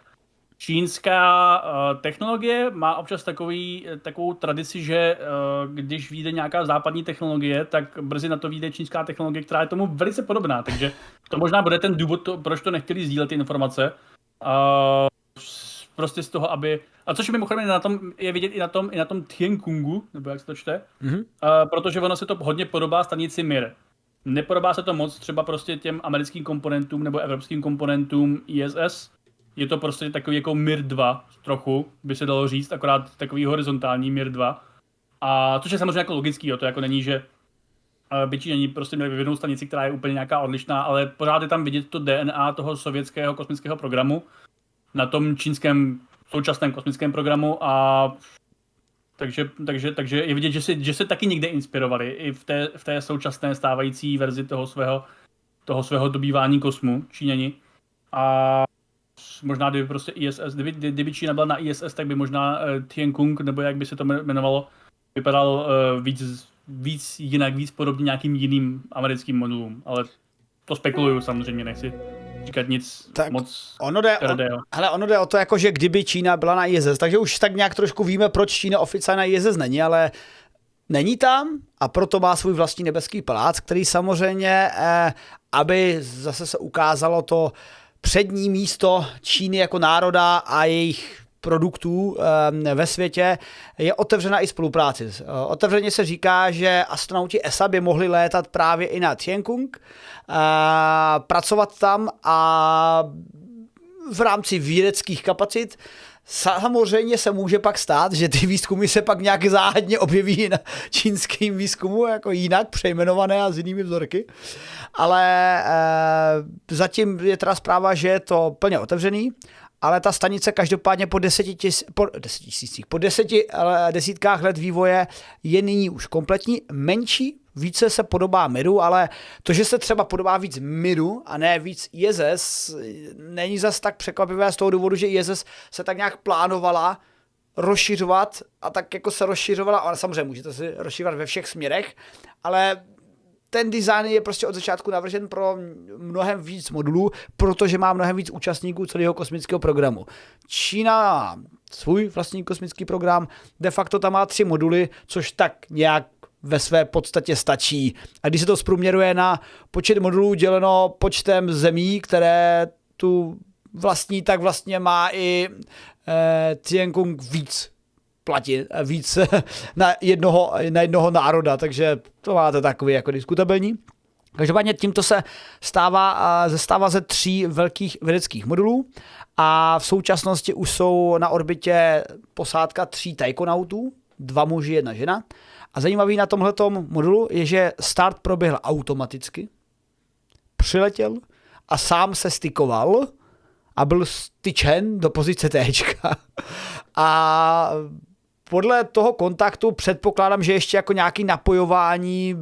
čínská uh, technologie má občas takový, takovou tradici, že uh, když vyjde nějaká západní technologie, tak brzy na to vyjde čínská technologie, která je tomu velice podobná, takže to možná bude ten důvod, to, proč to nechtěli sdílet ty informace. Uh, prostě z toho, aby... A což mimochodem na tom, je vidět i na tom, i na tom Tiangungu, nebo jak se to čte, mm-hmm. uh, protože ono se to hodně podobá stanici Mir. Nepodobá se to moc třeba prostě těm americkým komponentům nebo evropským komponentům I S S. Je to prostě takový jako Mir dva trochu, by se dalo říct, akorát takový horizontální Mir dva. A což je samozřejmě jako logický, jo, to jako není, že uh, by Číňani prostě měli vyvinout stanici, která je úplně nějaká odlišná, ale pořád je tam vidět to D N A toho sovětského kosmického programu na tom čínském současném kosmickém programu a takže, takže, takže je vidět, že, si, že se taky někde inspirovali i v té, v té současné stávající verzi toho svého, toho svého dobývání kosmu Číňani. A možná kdyby prostě I S S, kdyby, kdyby Čína byla na I S S, tak by možná uh, Tiangong, nebo jak by se to jmenovalo, vypadal uh, víc, víc jinak, víc podobně nějakým jiným americkým modulům, ale to spekuluju samozřejmě, nechci říkat nic tak moc ono jde, on, hele, ono jde o to, jako, že kdyby Čína byla na I S S, takže už tak nějak trošku víme, proč Čína oficiálně na I S S není, ale není tam a proto má svůj vlastní nebeský palác, který samozřejmě, eh, aby zase se ukázalo to přední místo Číny jako národa a jejich produktů e, ve světě, je otevřena i spolupráci. E, otevřeně se říká, že astronauti E S A by mohli létat právě i na Tiangong, e, pracovat tam a v rámci vědeckých kapacit. Samozřejmě se může pak stát, že ty výzkumy se pak nějak záhadně objeví na čínským výzkumu, jako jinak přejmenované a s jinými vzorky. Ale e, zatím je teda zpráva, že je to plně otevřený, ale ta stanice každopádně po deseti, tis, po, deseti tisících, po deseti desítkách let vývoje je nyní už kompletní, menší, více se podobá Miru, ale to, že se třeba podobá víc Miru a ne víc I S S, není zas tak překvapivé z toho důvodu, že I S S se tak nějak plánovala rozšiřovat a tak jako se rozšiřovala, ale samozřejmě můžete se rozšiřovat ve všech směrech, ale ten design je prostě od začátku navržen pro mnohem víc modulů, protože má mnohem víc účastníků celého kosmického programu. Čína má svůj vlastní kosmický program, de facto tam má tři moduly, což tak nějak ve své podstatě stačí. A když se to zprůměruje na počet modulů děleno počtem zemí, které tu vlastní, tak vlastně má i eh, Tiangong víc platit, víc na jednoho, na jednoho národa, takže to máte takový jako diskutabilní. Každopádně tímto se stává, zestává ze tří velkých vědeckých modulů a v současnosti už jsou na orbitě posádka tří taikonautů, dva muži, jedna žena. A zajímavý na tomhletom modulu je, že start proběhl automaticky, přiletěl a sám se stykoval a byl styčen do pozice téčka. A podle toho kontaktu předpokládám, že ještě jako nějaké napojování,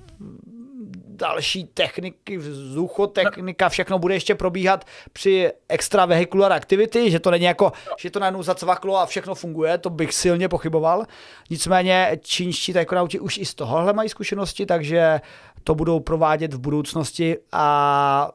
další techniky, vzduchotechnika, všechno bude ještě probíhat při extravehicular activity, že to není jako, že to najednou zacvaklo a všechno funguje, to bych silně pochyboval. Nicméně čínští taikonauti už i z tohohle mají zkušenosti, takže to budou provádět v budoucnosti a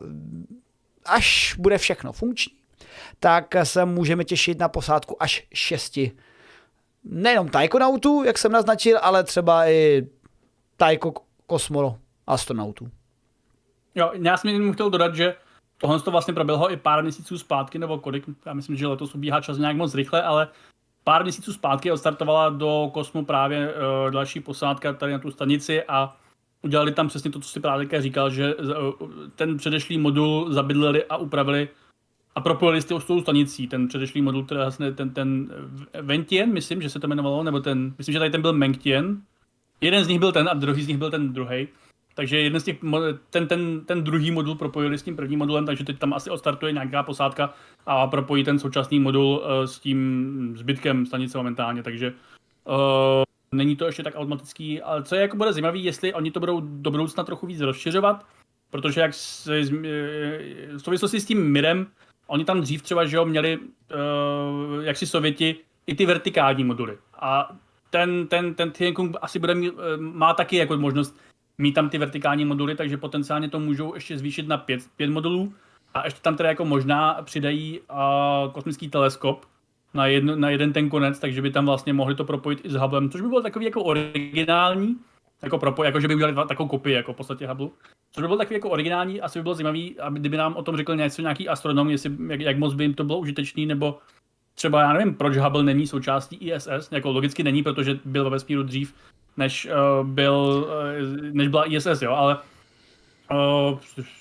až bude všechno funkční, tak se můžeme těšit na posádku až šesti nejenom taikonautů, jak jsem naznačil, ale třeba i taiko kosmo astronautů. Jo, já jsem jenom chtěl dodat, že tohle to vlastně proběhlo i pár měsíců zpátky, nebo kolik, já myslím, že letos ubíhá čas nějak moc rychle, ale pár měsíců zpátky odstartovala do kosmu právě uh, další posádka tady na tu stanici a udělali tam přesně to, co si právě říkal, že uh, ten předešlý modul zabydleli a upravili a propojili s tou stanicí. Ten předešlý modul, který vlastně ten, ten Ventien, myslím, že se to jmenovalo, nebo ten, myslím, že tady ten byl Mengtien. Jeden z nich byl ten a druhý z nich byl ten druhý. Takže jeden z těch, ten, ten, ten druhý modul propojili s tím prvním modulem, takže teď tam asi odstartuje nějaká posádka a propojí ten současný modul uh, s tím zbytkem stanice momentálně, takže uh, není to ještě tak automatický, ale co je jako bude zajímavé, jestli oni to budou do budoucna trochu víc rozšiřovat, protože jak se, v souvislosti s tím Mirem, oni tam dřív třeba, že jo, měli, uh, jak si Sověti, i ty vertikální moduly a ten, ten, ten Tiancong asi bude mít, má taky jako možnost mít tam ty vertikální moduly, takže potenciálně to můžou ještě zvýšit na pět, pět modulů a ještě tam teda jako možná přidají uh, kosmický teleskop na, jedno, na jeden ten konec, takže by tam vlastně mohli to propojit i s Hubblem, což by bylo takový jako originální, jako, propoj, jako že by udělali takovou kopii jako v podstatě Hubble, což by bylo takový jako originální, asi by bylo zajímavý, aby kdyby nám o tom řekl něco nějaký astronom, jestli, jak, jak moc by jim to bylo užitečný, nebo třeba já nevím, proč Hubble není součástí I S S, jako logicky není, protože byl ve vesmíru dřív, než uh, byl, uh, než byla I S S, jo, ale uh,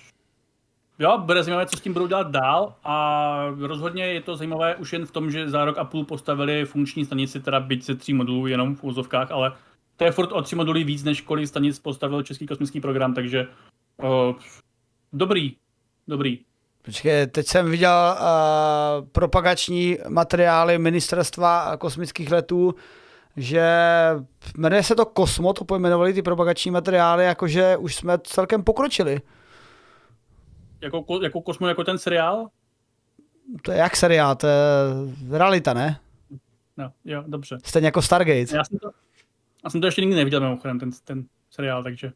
jo, bude zajímavé, co s tím budou dělat dál a rozhodně je to zajímavé už jen v tom, že za rok a půl postavili funkční stanici, teda byť se tří modulů jenom v úzovkách, ale to je furt o tři moduly víc, než kolik stanic postavil Český kosmický program, takže uh, dobrý, dobrý. Počkej, teď jsem viděl uh, propagační materiály Ministerstva kosmických letů, že jmenuje se to Kosmo, to pojmenovali ty propagační materiály, jakože už jsme celkem pokročili. Jako, jako Kosmo, jako ten seriál? To je jak seriál, to je realita, ne? No, jo, dobře. Stejně jako Stargate. Já jsem to, já jsem to ještě nikdy neviděl mimochodem, ten, ten seriál, takže...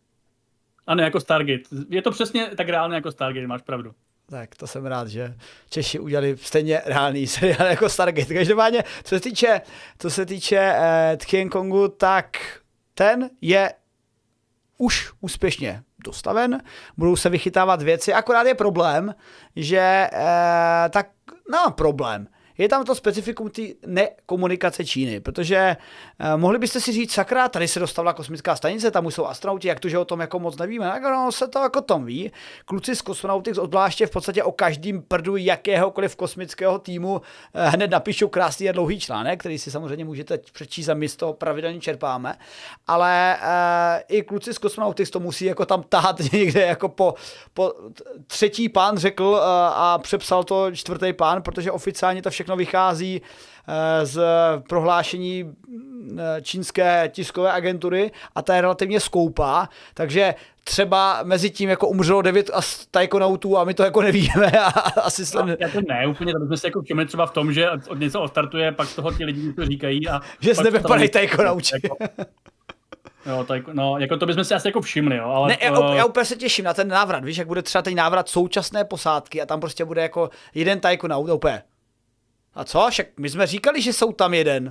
Ano, jako Stargate. Je to přesně tak reálně jako Stargate, máš pravdu. Tak to jsem rád, že Češi udělali stejně reálný seriál jako Stargate. Každopádně, co se týče, co se týče eh, Tiancongu, tak ten je už úspěšně dostaven, budou se vychytávat věci, akorát je problém, že eh, tak, no problém. Je tam to specifikum té nekomunikace Číny, protože eh, mohli byste si říct, sakra, tady se dostavila kosmická stanice, tam už jsou astronauti, jak to, že o tom jako moc nevíme, tak no, se to jako tom ví. Kluci z Cosmonautics odvláště v podstatě o každém prdu jakéhokoliv kosmického týmu eh, hned napíšou krásný a dlouhý článek, který si samozřejmě můžete přečíst a my z toho pravidelně čerpáme, ale eh, i kluci z Cosmonautics to musí jako tam tahat někde jako po, po třetí pán řekl eh, a přepsal to čtvrtý pán, protože oficiálně to všechno vychází z prohlášení čínské tiskové agentury a ta je relativně skoupá, takže třeba mezi tím jako umřelo devět taikonautů a my to jako nevíme a asi se... No, jako ne, úplně, to bychom se jako všimli třeba v tom, že od něco odstartuje, pak z toho ti lidi něco říkají a... Že z nebe padají taikonauti. Jako, jo, tak, no, jako to bychom si asi jako všimli, jo, ale... Ne, já, já úplně se těším na ten návrat, víš, jak bude třeba ten návrat současné posádky a tam prostě bude jako jeden taikonaut, úplně. A co? Však my jsme říkali, že jsou tam jeden.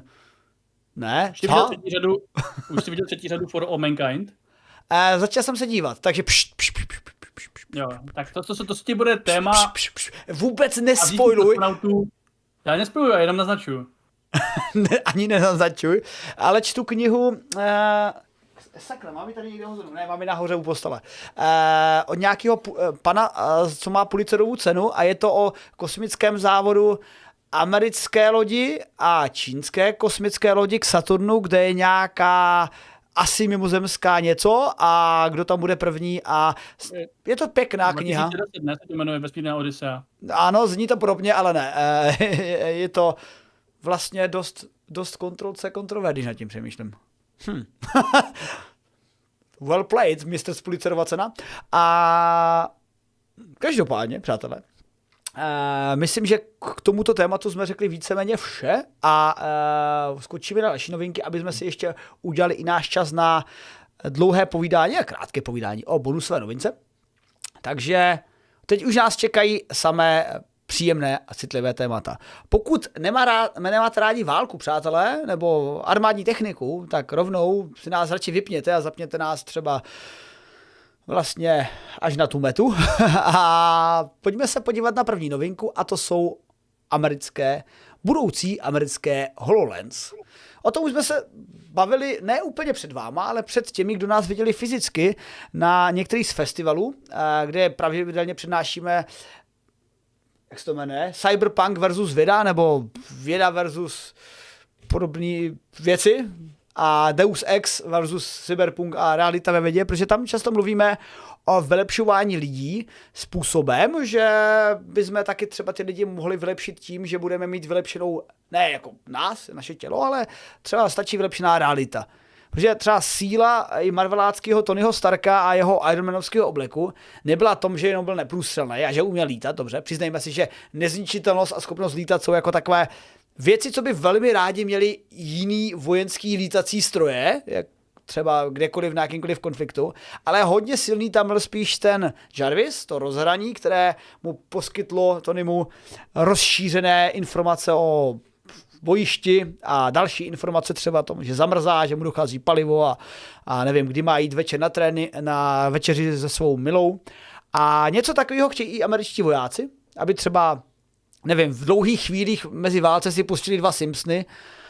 Ne? Už jsi viděl třetí řadu, už jsi viděl třetí řadu For All Mankind? Uh, začal jsem se dívat, takže pš, pš, pš, pš, pš, pš. Jo, tak to, to, to, to ti bude téma... Pš, pš, pš. Vůbec nespoiluj. Já nespoiluji, já jenom naznačuju. ne, ani nenaznačuj, ale čtu knihu... Uh, sakra, mám ji tady někde hozenou? Ne, mám ji nahoře u postele. Uh, od nějakého uh, pana, uh, co má Pulitzerovu cenu a je to o kosmickém závodu americké lodi a čínské kosmické lodi k Saturnu, kde je nějaká asi mimozemská něco a kdo tam bude první a je to pěkná kniha. dva tisíce deset, ne, se to jmenuje Vesmírná Odyssea. Ano, zní to podobně, ale ne. Je to vlastně dost, dost kontrolce kontrové, když nad tím přemýšlím. Hm. Well played, mister Pulitzerova cena. A každopádně, přátelé, Uh, myslím, že k tomuto tématu jsme řekli víceméně vše a uh, skočíme na další novinky, aby jsme si ještě udělali i náš čas na dlouhé povídání a krátké povídání o bonusové novince. Takže teď už nás čekají samé příjemné a citlivé témata. Pokud nemá rád, nemáte rádi válku, přátelé, nebo armádní techniku, tak rovnou si nás radši vypněte a zapněte nás třeba vlastně až na tu metu. A pojďme se podívat na první novinku, a to jsou americké, budoucí americké HoloLens. O tom už jsme se bavili ne úplně před váma, ale před těmi, kdo nás viděli fyzicky na některých z festivalů, kde pravidelně přednášíme, jak se to jmenuje, Cyberpunk versus věda, nebo věda versus podobné věci, a Deus Ex versus Cyberpunk a realita ve vědě, protože tam často mluvíme o vylepšování lidí způsobem, že bychom taky třeba ty lidi mohli vylepšit tím, že budeme mít vylepšenou, ne jako nás, naše tělo, ale třeba stačí vylepšená realita. Protože třeba síla i marveláckého Tonyho Starka a jeho Ironmanovského obleku nebyla tom, že jenom byl neprůstřelný a že uměl lítat, dobře, přiznejme si, že nezničitelnost a schopnost lítat jsou jako takové věci, co by velmi rádi měli jiný vojenský lítací stroje, jak třeba kdekoliv v nějakýmkoliv konfliktu, ale hodně silný tam byl spíš ten Jarvis, to rozhraní, které mu poskytlo Tonymu rozšířené informace o bojišti a další informace třeba tomu, že zamrzá, že mu dochází palivo a, a nevím, kdy má jít večer na trény, na večeři se svou milou. A něco takového chtějí i američtí vojáci, aby třeba, nevím, v dlouhých chvílích mezi válce si pustili dva Simpsony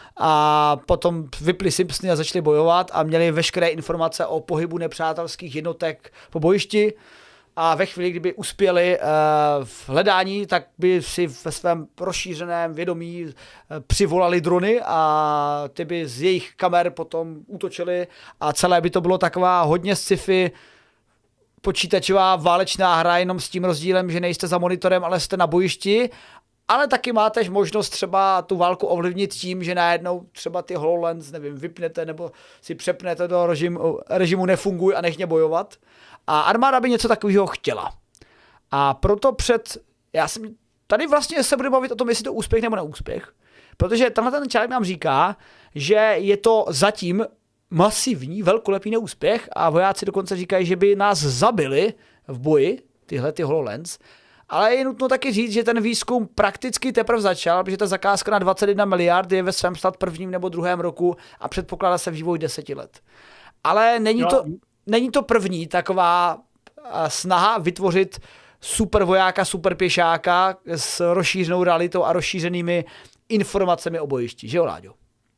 a potom vypli Simpsony a začali bojovat a měli veškeré informace o pohybu nepřátelských jednotek po bojišti. A ve chvíli, kdyby uspěli uh, v hledání, tak by si ve svém rozšířeném vědomí uh, přivolali drony a ty by z jejich kamer potom útočili a celé by to bylo taková hodně sci-fi počítačová válečná hra, jenom s tím rozdílem, že nejste za monitorem, ale jste na bojišti, ale taky máte možnost třeba tu válku ovlivnit tím, že najednou třeba ty HoloLens, nevím, vypnete nebo si přepnete do režimu, režimu nefunguj a nech mě bojovat. A armáda by něco takového chtěla. A proto před, já jsem, tady vlastně se bude bavit o tom, jestli to úspěch nebo neúspěch, protože tenhle ten článek nám říká, že je to zatím masivní, velkolepý neúspěch a vojáci dokonce říkají, že by nás zabili v boji, tyhle ty HoloLens, ale je nutno taky říct, že ten výzkum prakticky teprve začal, protože ta zakázka na dvacet jedna miliard je ve svém snad prvním nebo druhém roku a předpokládá se vývoj deseti let. Ale není to, není to první taková snaha vytvořit super vojáka, super pěšáka s rozšířenou realitou a rozšířenými informacemi o bojišti, že jo, Láďo?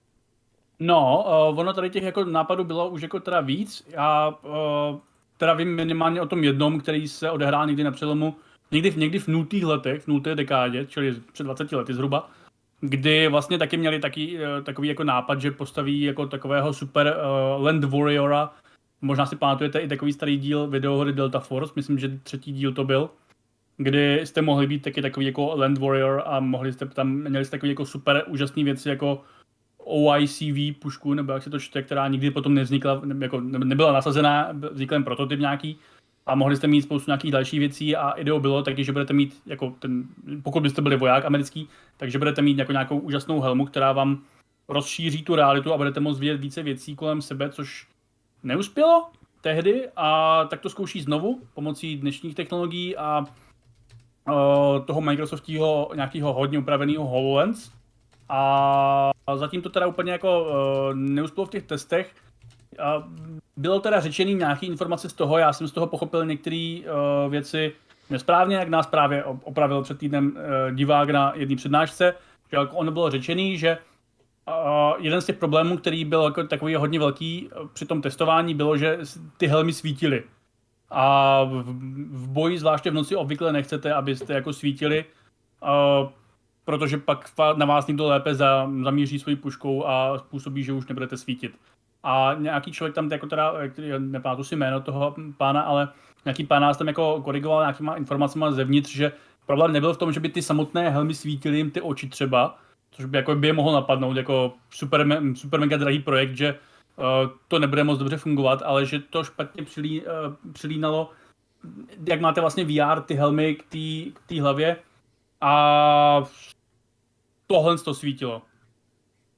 No, uh, ono tady těch jako nápadů bylo už jako teda víc. Já uh, teda vím minimálně o tom jednom, který se odehrál někdy na přelomu, někdy v, někdy v nultých letech, v nulté dekádě, čili před dvaceti lety zhruba, kdy vlastně taky měli taky, uh, takový jako nápad, že postaví jako takového super uh, Land Warriora. Možná si pamatujete i takový starý díl videohry Delta Force, myslím, že třetí díl to byl, kdy jste mohli být taky takový jako Land Warrior a mohli jste tam, měli jste takový jako super úžasné věci jako O I C V pušku, nebo jak se to čte, která nikdy potom nevznikla, jako nebyla nasazená, vznikl jen prototyp nějaký a mohli jste mít spoustu nějakých dalších věcí a ideou bylo taky, že budete mít, jako ten, pokud byste byli voják americký, takže budete mít jako nějakou úžasnou helmu, která vám rozšíří tu realitu a budete moct vidět více věcí kolem sebe, což neuspělo tehdy a tak to zkouší znovu pomocí dnešních technologií a uh, toho Microsoftího nějakého hodně upraveného HoloLens. A zatím to teda úplně jako uh, neuspělo v těch testech. Uh, bylo teda řečený nějaký informace z toho, já jsem z toho pochopil některé uh, věci nesprávně, jak nás právě opravil před týdnem uh, divák na jedné přednášce, že jako ono bylo řečený, že uh, jeden z těch problémů, který byl jako takový hodně velký uh, při tom testování, bylo, že ty helmy svítily. A v, v boji, zvláště v noci, obvykle nechcete, abyste jako svítili, uh, protože pak na vás někdo lépe za, zamíří svojí puškou a způsobí, že už nebudete svítit. A nějaký člověk tam jako teda, nepamatuji si jméno toho pána, ale nějaký pán nás tam jako korigoval nějakýma informacemi zevnitř, že problém nebyl v tom, že by ty samotné helmy svítily jim ty oči třeba, což by, jako by je mohlo napadnout jako super, super mega drahý projekt, že uh, to nebude moc dobře fungovat, ale že to špatně přilí, uh, přilínalo, jak máte vlastně V R, ty helmy k té hlavě a tohle to svítilo.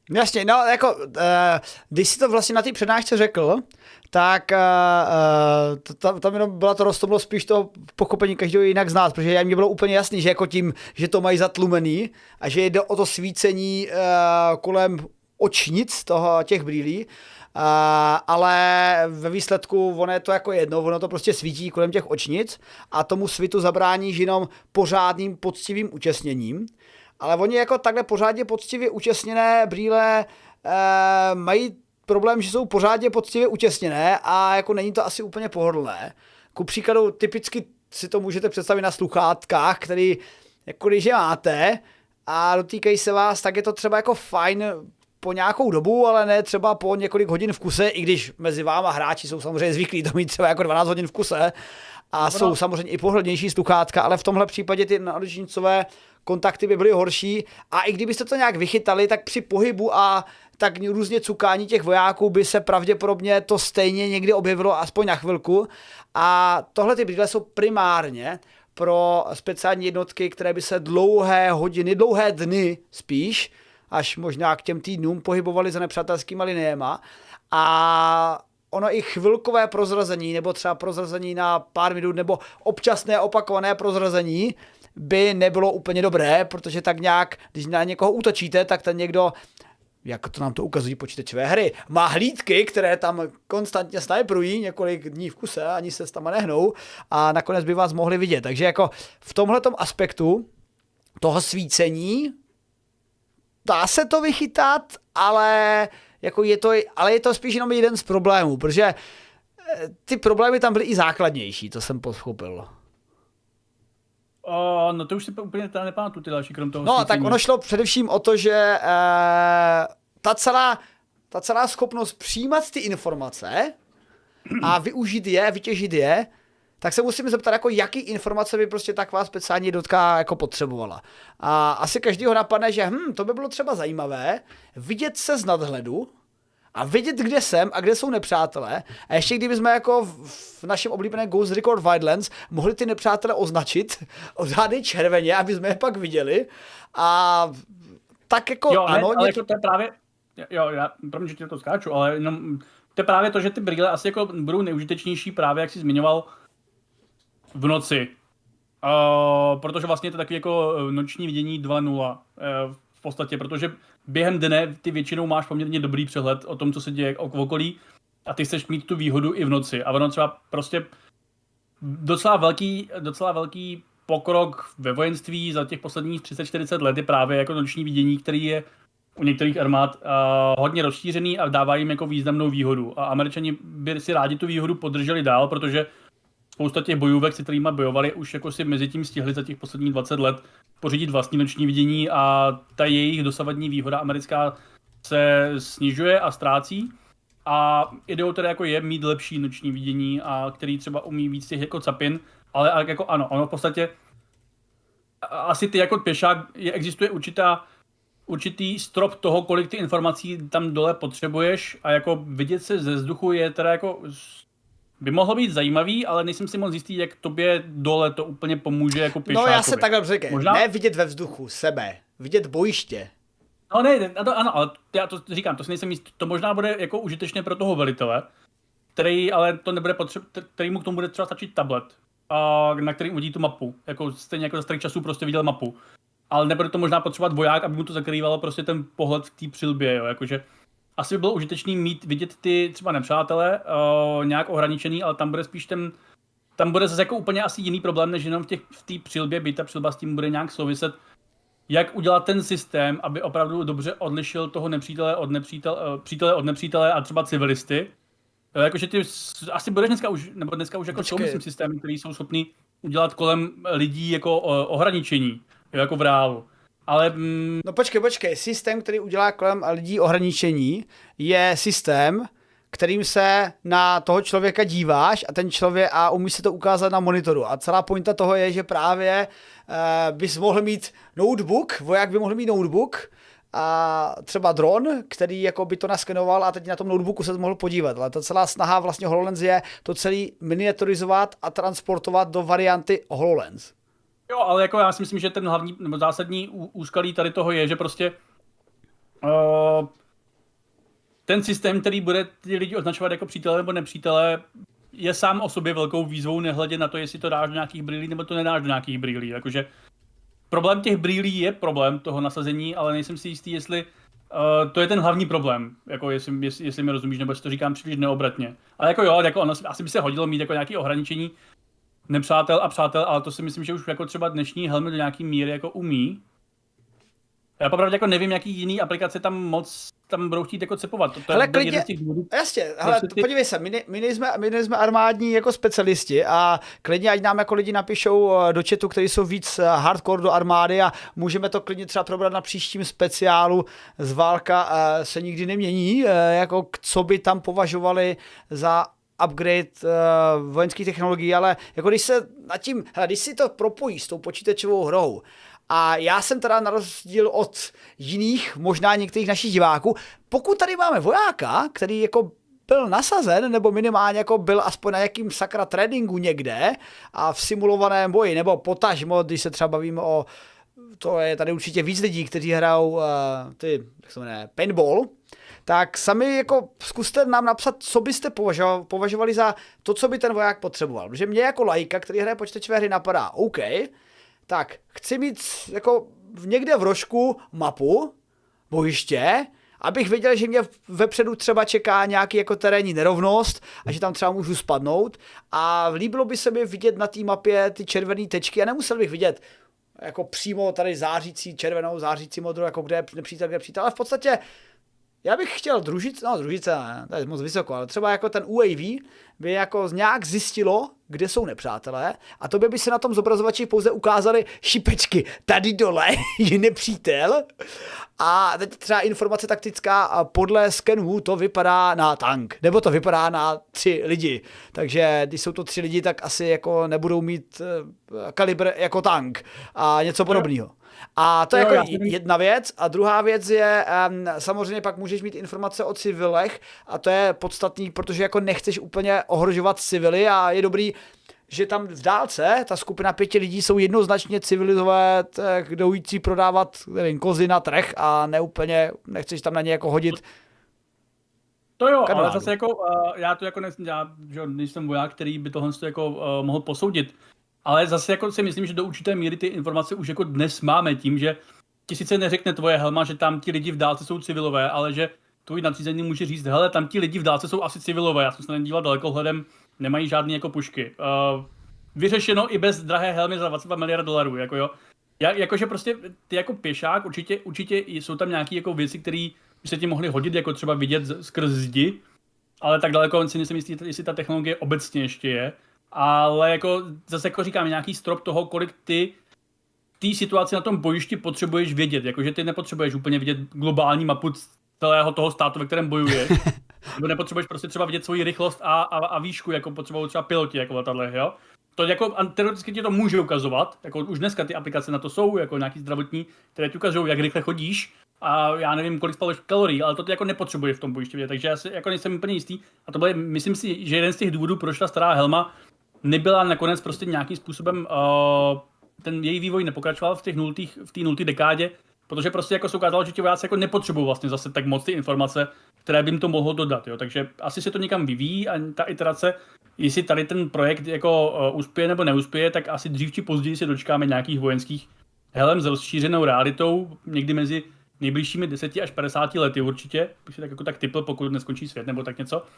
Jasně, no jako, uh, když si to vlastně na té přednášce řekl, tak uh, tam, tam jenom byla to roztomilo spíš to pochopení každého jinak z nás, protože já mě bylo úplně jasný, že jako tím, že to mají zatlumený a že jde o to svícení uh, kolem očnic toho, těch brýlí, uh, ale ve výsledku ono je to jako jedno, ono to prostě svítí kolem těch očnic a tomu svitu zabrání jenom pořádným poctivým účastněním. Ale oni jako takhle pořádně poctivě účastněné brýle uh, mají problém, že jsou pořádně poctivě utěsněné a jako není to asi úplně pohodlné. Ku příkladu typicky si to můžete představit na sluchátkách, který jako když je máte a dotýkají se vás, tak je to třeba jako fajn po nějakou dobu, ale ne třeba po několik hodin v kuse, i když mezi váma hráči jsou samozřejmě zvyklí to mít třeba jako dvanáct hodin v kuse a no, jsou samozřejmě i pohodlnější sluchátka, ale v tomhle případě ty náručnicové kontakty by byly horší a i kdybyste to nějak vychytali, tak při pohybu a tak různě cukání těch vojáků by se pravděpodobně to stejně někdy objevilo aspoň na chvilku. A tohle ty brýle jsou primárně pro speciální jednotky, které by se dlouhé hodiny, dlouhé dny spíš, až možná k těm týdnům pohybovaly za nepřátelskýma liniema. A ono i chvilkové prozrazení, nebo třeba prozrazení na pár minut, nebo občasné opakované prozrazení by nebylo úplně dobré, protože tak nějak, když na někoho útočíte, tak ten někdo, jak to nám to ukazují počítačové hry, má hlídky, které tam konstantně snajprují několik dní v kuse, ani se tam nehnou a nakonec by vás mohli vidět. Takže jako v tomhletom aspektu toho svícení dá se to vychytat, ale jako je to, ale je to spíš jenom jeden z problémů, protože ty problémy tam byly i základnější, to jsem pochopil. Uh, no to už si úplně nepamatuju ty další, krom toho. No svícení. tak ono šlo především o to, že eh, ta, celá, ta celá schopnost přijímat ty informace a využít je, vytěžit je, tak se musíme zeptat, jako jaký informace by prostě taková speciální jednotka jako potřebovala. A asi každýho napadne, že hm, to by bylo třeba zajímavé vidět se z nadhledu a vidět, kde jsem a kde jsou nepřátelé. A ještě kdybychom jako v našem oblíbeném Ghost Recon Wildlands mohli ty nepřátelé označit ořádnej červeně, aby jsme je pak viděli. A tak jako jo, ano. Ne, ale ně... jako to je právě, jo, já, promiň, že ti to skáču, ale jenom, to je právě to, že ty brýle asi jako budou neužitečnější právě, jak jsi zmiňoval, v noci. Uh, protože vlastně to je takový jako noční vidění dva nula uh, v podstatě, protože během dne ty většinou máš poměrně dobrý přehled o tom, co se děje v okolí a ty chceš mít tu výhodu i v noci. A ono třeba prostě docela velký, docela velký pokrok ve vojenství za těch posledních třicet čtyřicet let je právě jako noční vidění, který je u některých armád uh, hodně rozšířený a dává jim jako významnou výhodu. A Američani by si rádi tu výhodu podrželi dál, protože spousta těch bojůvek, se kterými bojovali, už jako si mezi tím stihli za těch posledních dvacet let pořídit vlastní noční vidění a ta jejich dosavadní výhoda americká se snižuje a ztrácí. A ideou teda jako je mít lepší noční vidění, a který třeba umí víc těch jako capin, ale jako ano, ono v podstatě asi ty jako pěšák, je, existuje určitá, určitý strop toho, kolik ty informací tam dole potřebuješ a jako vidět se ze vzduchu je teda jako by mohlo být zajímavý, ale nejsem si moc jistý, jak tobě dole to úplně pomůže jako pěšákovi. No já se takhle řekl, Možná... ne vidět ve vzduchu sebe, vidět bojiště. No ne, to, ano, ale já to říkám, to si nejsem jistý, to možná bude jako užitečné pro toho velitele, který ale to nebude potřeba, který mu k tomu bude třeba stačit tablet, a na kterým uvidí tu mapu, jako stejně jako za starých časů prostě viděl mapu. Ale nebude to možná potřebovat voják, aby mu to zakrývalo prostě ten pohled v té přilbě, jo, jakože asi by bylo užitečný mít, vidět ty třeba nepřátele, uh, nějak ohraničený, ale tam bude spíš ten, tam bude zase jako úplně asi jiný problém, než jenom v těch, v té přilbě, byť ta přilba s tím bude nějak souviset, jak udělat ten systém, aby opravdu dobře odlišil toho nepřítele od nepřítele, uh, přítele od nepřítele a třeba civilisty. Uh, jakože ty asi budeš dneska už, nebo dneska už jako jsou, myslím, systémy, které jsou schopný udělat kolem lidí jako uh, ohraničení, jako v reálu. Ale, mm... No počkej, počkej, systém, který udělá kolem lidí ohraničení, je systém, kterým se na toho člověka díváš a ten člověk a umí se to ukázat na monitoru. A celá pointa toho je, že právě uh, bys mohl mít notebook, voják by mohl mít notebook a třeba dron, který jako by to naskenoval a teď na tom notebooku se mohl podívat. Ale ta celá snaha vlastně HoloLens je to celý miniaturizovat a transportovat do varianty HoloLens. Jo, ale jako já si myslím, že ten hlavní nebo zásadní úskalí tady toho je, že prostě Uh, ten systém, který bude ty lidi označovat jako přítele nebo nepřítele, je sám o sobě velkou výzvou, nehledě na to, jestli to dáš do nějakých brýlí nebo to nedáš do nějakých brýlí. Jakože problém těch brýlí je problém toho nasazení, ale nejsem si jistý, jestli uh, to je ten hlavní problém, jako jestli, jestli, jestli mi rozumíš, nebo jestli to říkám příliš neobratně. Ale jako jo, jako ono, asi by se hodilo mít jako nějaké ohraničení nepřátel a přátel, ale to si myslím, že už jako třeba dnešní helmy do nějaký míry jako umí. Já popravdě jako nevím, jaký jiný aplikace tam moc tam budou chtít jako cepovat. To, to hele, je klidně, jeden z těch důvodů. Jasně, hele, ty... podívej se, my, my, nejsme, my nejsme armádní jako specialisti a klidně ať nám jako lidi napíšou do chatu, kteří jsou víc hardcore do armády a můžeme to klidně třeba probrat na příštím speciálu z válka se nikdy nemění, jako co by tam považovali za upgrade uh, vojenských technologií, ale jako když se nad tím, hele, když si to propojí s tou počítačovou hrou, a já jsem teda na rozdíl od jiných, možná některých našich diváků, pokud tady máme vojáka, který jako byl nasazen, nebo minimálně jako byl aspoň na jakým sakra tréninku někde a v simulovaném boji, nebo potažmo, když se třeba bavíme o, to je tady určitě víc lidí, kteří hrajou uh, ty, jak se jmenuje, paintball, tak sami jako zkuste nám napsat, co byste považovali, považovali za to, co by ten voják potřeboval. Protože mě jako laika, který hraje počítačové hry, napadá, OK, tak chci mít jako někde v rožku mapu, bojiště, abych věděl, že mě vepředu třeba čeká nějaký jako terénní nerovnost a že tam třeba můžu spadnout a líbilo by se mi vidět na té mapě ty červené tečky a nemusel bych vidět jako přímo tady zářící červenou, zářící modrou, jako kde je nepřítel, kde je přítel, ale v podstatě já bych chtěl družice, no družice ne, to je moc vysoko, ale třeba jako ten U A V by jako nějak zjistilo, kde jsou nepřátelé a tobě by se na tom zobrazovači pouze ukázaly šipečky. Tady dole je nepřítel a teď třeba informace taktická a podle skenů to vypadá na tank, nebo to vypadá na tři lidi. Takže když jsou to tři lidi, tak asi jako nebudou mít kalibr jako tank a něco podobného. A to je jo, jako jedna věc. A druhá věc je, um, samozřejmě pak můžeš mít informace o civilech a to je podstatný, protože jako nechceš úplně ohrožovat civily a je dobrý, že tam v dálce ta skupina pěti lidí jsou jednoznačně civilizové, jdoující prodávat, nevím, kozy na trh a neúplně nechceš tam na ně jako hodit. To jo, kanonádu. Ale zase jako, uh, já to jako nejsem, já, že nejsem voják, který by tohle jako uh, mohl posoudit. Ale zase jako si myslím, že do určité míry ty informace už jako dnes máme tím, že ti sice neřekne tvoje helma, že tam ti lidi v dálce jsou civilové, ale že tvůj nadřízený může říct, hele, tam ti lidi v dálce jsou asi civilové, já jsem se nedíval dalekohledem, nemají žádné jako pušky. Uh, vyřešeno i bez drahé helmy za dvacet dva miliard dolarů, jako jo. Já, jakože prostě ty jako pěšák, určitě, určitě jsou tam nějaké jako věci, které by se ti mohly hodit, jako třeba vidět skrz zdi, ale tak daleko si nejsem jistý, jestli ta technologie obecně ještě je. Ale jako zase jako říkám, nějaký strop toho, kolik ty té situaci na tom bojišti potřebuješ vědět. Jakože ty nepotřebuješ úplně vidět globální mapu celého toho státu, ve kterém bojuješ. Nebo nepotřebuješ prostě třeba vidět svoji rychlost a, a, a výšku, jako potřebují třeba piloti, jako letadle, jo. To jako teoreticky ti to může ukazovat, jako už dneska ty aplikace na to jsou, jako nějaký zdravotní, které ti ukazují, jak rychle chodíš a já nevím, kolik spaluješ kalorií, ale to ty jako nepotřebuješ v tom bojišti vidět, takže já si jako nejsem úplně jistý. A to byl, myslím si, že jeden z těch důvodů, proč ta stará helma nebyla nakonec prostě nějakým způsobem, uh, ten její vývoj nepokračoval v těch nultých, v té nulté dekádě, protože prostě jako se ukázalo, že ti vojáci jako nepotřebují vlastně zase tak moc ty informace, které by jim to mohlo dodat, jo. Takže asi se to někam vyvíjí a ta iterace, jestli tady ten projekt jako uh, uspěje nebo neuspěje, tak asi dřív či později se dočkáme nějakých vojenských helem s rozšířenou realitou, někdy mezi nejbližšími deseti až padesáti lety určitě, bych si tak jako tak tipl, pokud neskončí svět nebo tak něco.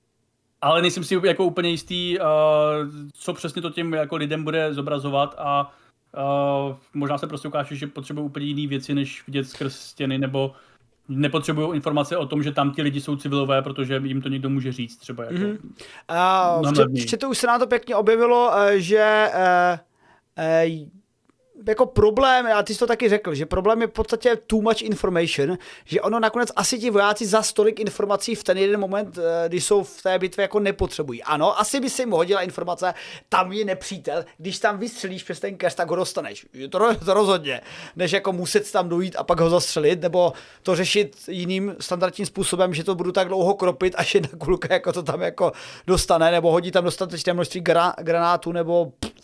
Ale nejsem si jako úplně jistý, uh, co přesně to těm jako lidem bude zobrazovat a uh, možná se prostě ukáže, že potřebují úplně jiné věci, než vidět skrz stěny, nebo nepotřebují informace o tom, že tam ti lidi jsou civilové, protože jim to někdo může říct třeba. Jako mm-hmm. uh, v chatu už se nám to pěkně objevilo, že uh, uh, jako problém, a ty jsi to taky řekl, že problém je v podstatě too much information, že ono nakonec asi ti vojáci za stolik informací v ten jeden moment, když jsou v té bitvě, jako nepotřebují. Ano, asi by se jim hodila informace, tam je nepřítel, když tam vystřelíš přes ten keř, tak ho dostaneš. To, to rozhodně, než jako muset tam dojít a pak ho zastřelit, nebo to řešit jiným standardním způsobem, že to budu tak dlouho kropit, až jedna kulka jako to tam jako dostane, nebo hodí tam dostatečné množství gra, granátů, nebo pff,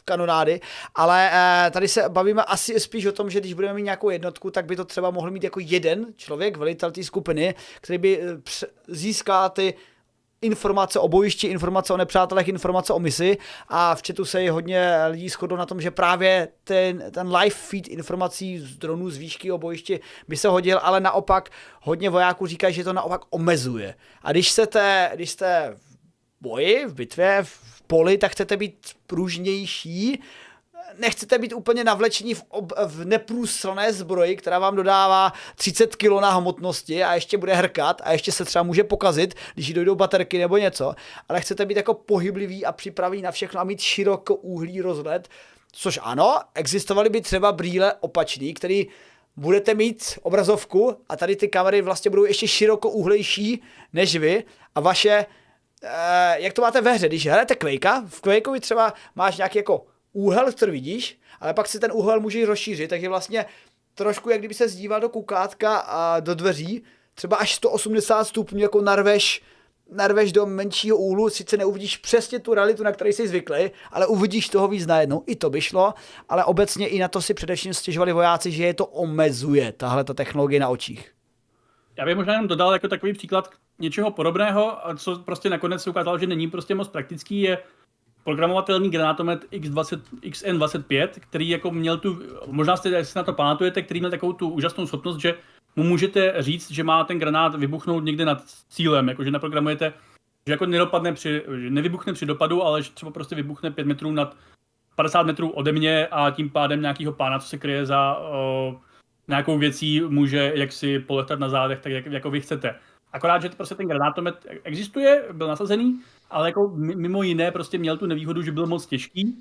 kanonády, ale uh, tady se bavíme asi spíš o tom, že když budeme mít nějakou jednotku, tak by to třeba mohl mít jako jeden člověk, velitel té skupiny, který by získal ty informace o bojišti, informace o nepřátelech, informace o misi a v chatu se hodně lidí shodlo na tom, že právě ten, ten live feed informací z dronů z výšky o bojišti by se hodil, ale naopak hodně vojáků říká, že to naopak omezuje. A když jste, když jste v boji, v bitvě, v poli, tak chcete být pružnější, nechcete být úplně navlečení v, ob, v neprůstřelné zbroji, která vám dodává třicet kilo na hmotnosti a ještě bude hrkat a ještě se třeba může pokazit, když jí dojdou baterky nebo něco, ale chcete být jako pohyblivý a připravený na všechno a mít širokouhlý rozhled, což ano, existovaly by třeba brýle opačný, který budete mít obrazovku a tady ty kamery vlastně budou ještě širokouhlejší než vy a vaše, eh, jak to máte ve hře, když hrajete Quakea, v Quakeovi třeba máš nějaký jako úhel, který vidíš, ale pak si ten úhel můžeš rozšířit, takže vlastně trošku, jak kdyby se zdíval do kukátka a do dveří, třeba až sto osmdesát stupňů, jako narveš, narveš do menšího úhlu, sice neuvidíš přesně tu realitu, na který jsi zvyklý, ale uvidíš toho víc najednou, i to by šlo, ale obecně i na to si především stěžovali vojáci, že je to omezuje, tahle ta technologie na očích. Já bych možná jenom dodal jako takový příklad něčeho podobného, co prostě nakonec se ukázalo, že není prostě moc praktický, je programovatelný granátomet X dvacet, X N dvacet pět, který jako měl tu, možná jste si na to pamatujete, který měl takovou tu úžasnou schopnost, že mu můžete říct, že má ten granát vybuchnout někde nad cílem, jakože naprogramujete, že jako nedopadne při, že nevybuchne při dopadu, ale že třeba prostě vybuchne pět metrů nad padesát metrů ode mě a tím pádem nějakýho pána, co se kryje za o, nějakou věcí, může jaksi poletat na zádech, tak jak, jako vy chcete. Akorát, že prostě ten granátomet existuje, byl nasazený, ale jako mimo jiné prostě měl tu nevýhodu, že byl moc těžký.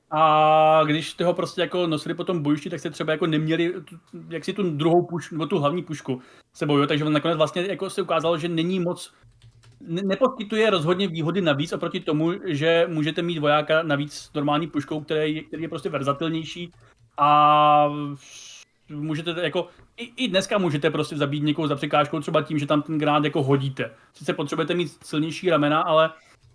A když jste ho prostě jako nosili po tom bojišti, tak jste třeba jako neměli jak si tu druhou pušku, nebo tu hlavní pušku sebou, takže on nakonec vlastně jako se ukázalo, že není moc, ne, neposkytuje rozhodně výhody navíc oproti tomu, že můžete mít vojáka navíc s normální puškou, který, který je prostě verzatilnější a můžete jako, i, i dneska můžete prostě zabít někoho za překážkou třeba tím, že tam ten granát jako hodíte. Sice potřebujete mít silnější ramena, ale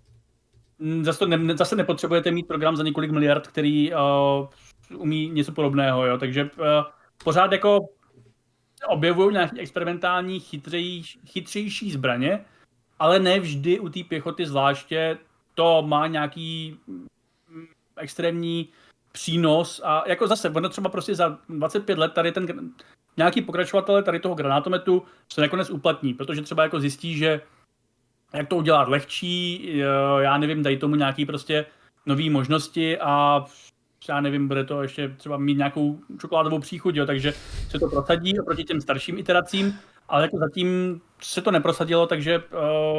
zase, to ne, zase nepotřebujete mít program za několik miliard, který uh, umí něco podobného, jo. Takže uh, pořád jako objevují nějaké experimentální chytřej, chytřejší zbraně, ale ne vždy u té pěchoty zvláště to má nějaký extrémní přínos a jako zase, ono třeba prostě za dvacet pět let tady ten nějaký pokračovatel tady toho granátometu se nakonec uplatní, protože třeba jako zjistí, že jak to udělat lehčí, já nevím, dají tomu nějaký prostě nový možnosti a já nevím, bude to ještě třeba mít nějakou čokoládovou příchuť, jo, takže se to prosadí oproti těm starším iteracím, ale jako zatím se to neprosadilo, takže uh,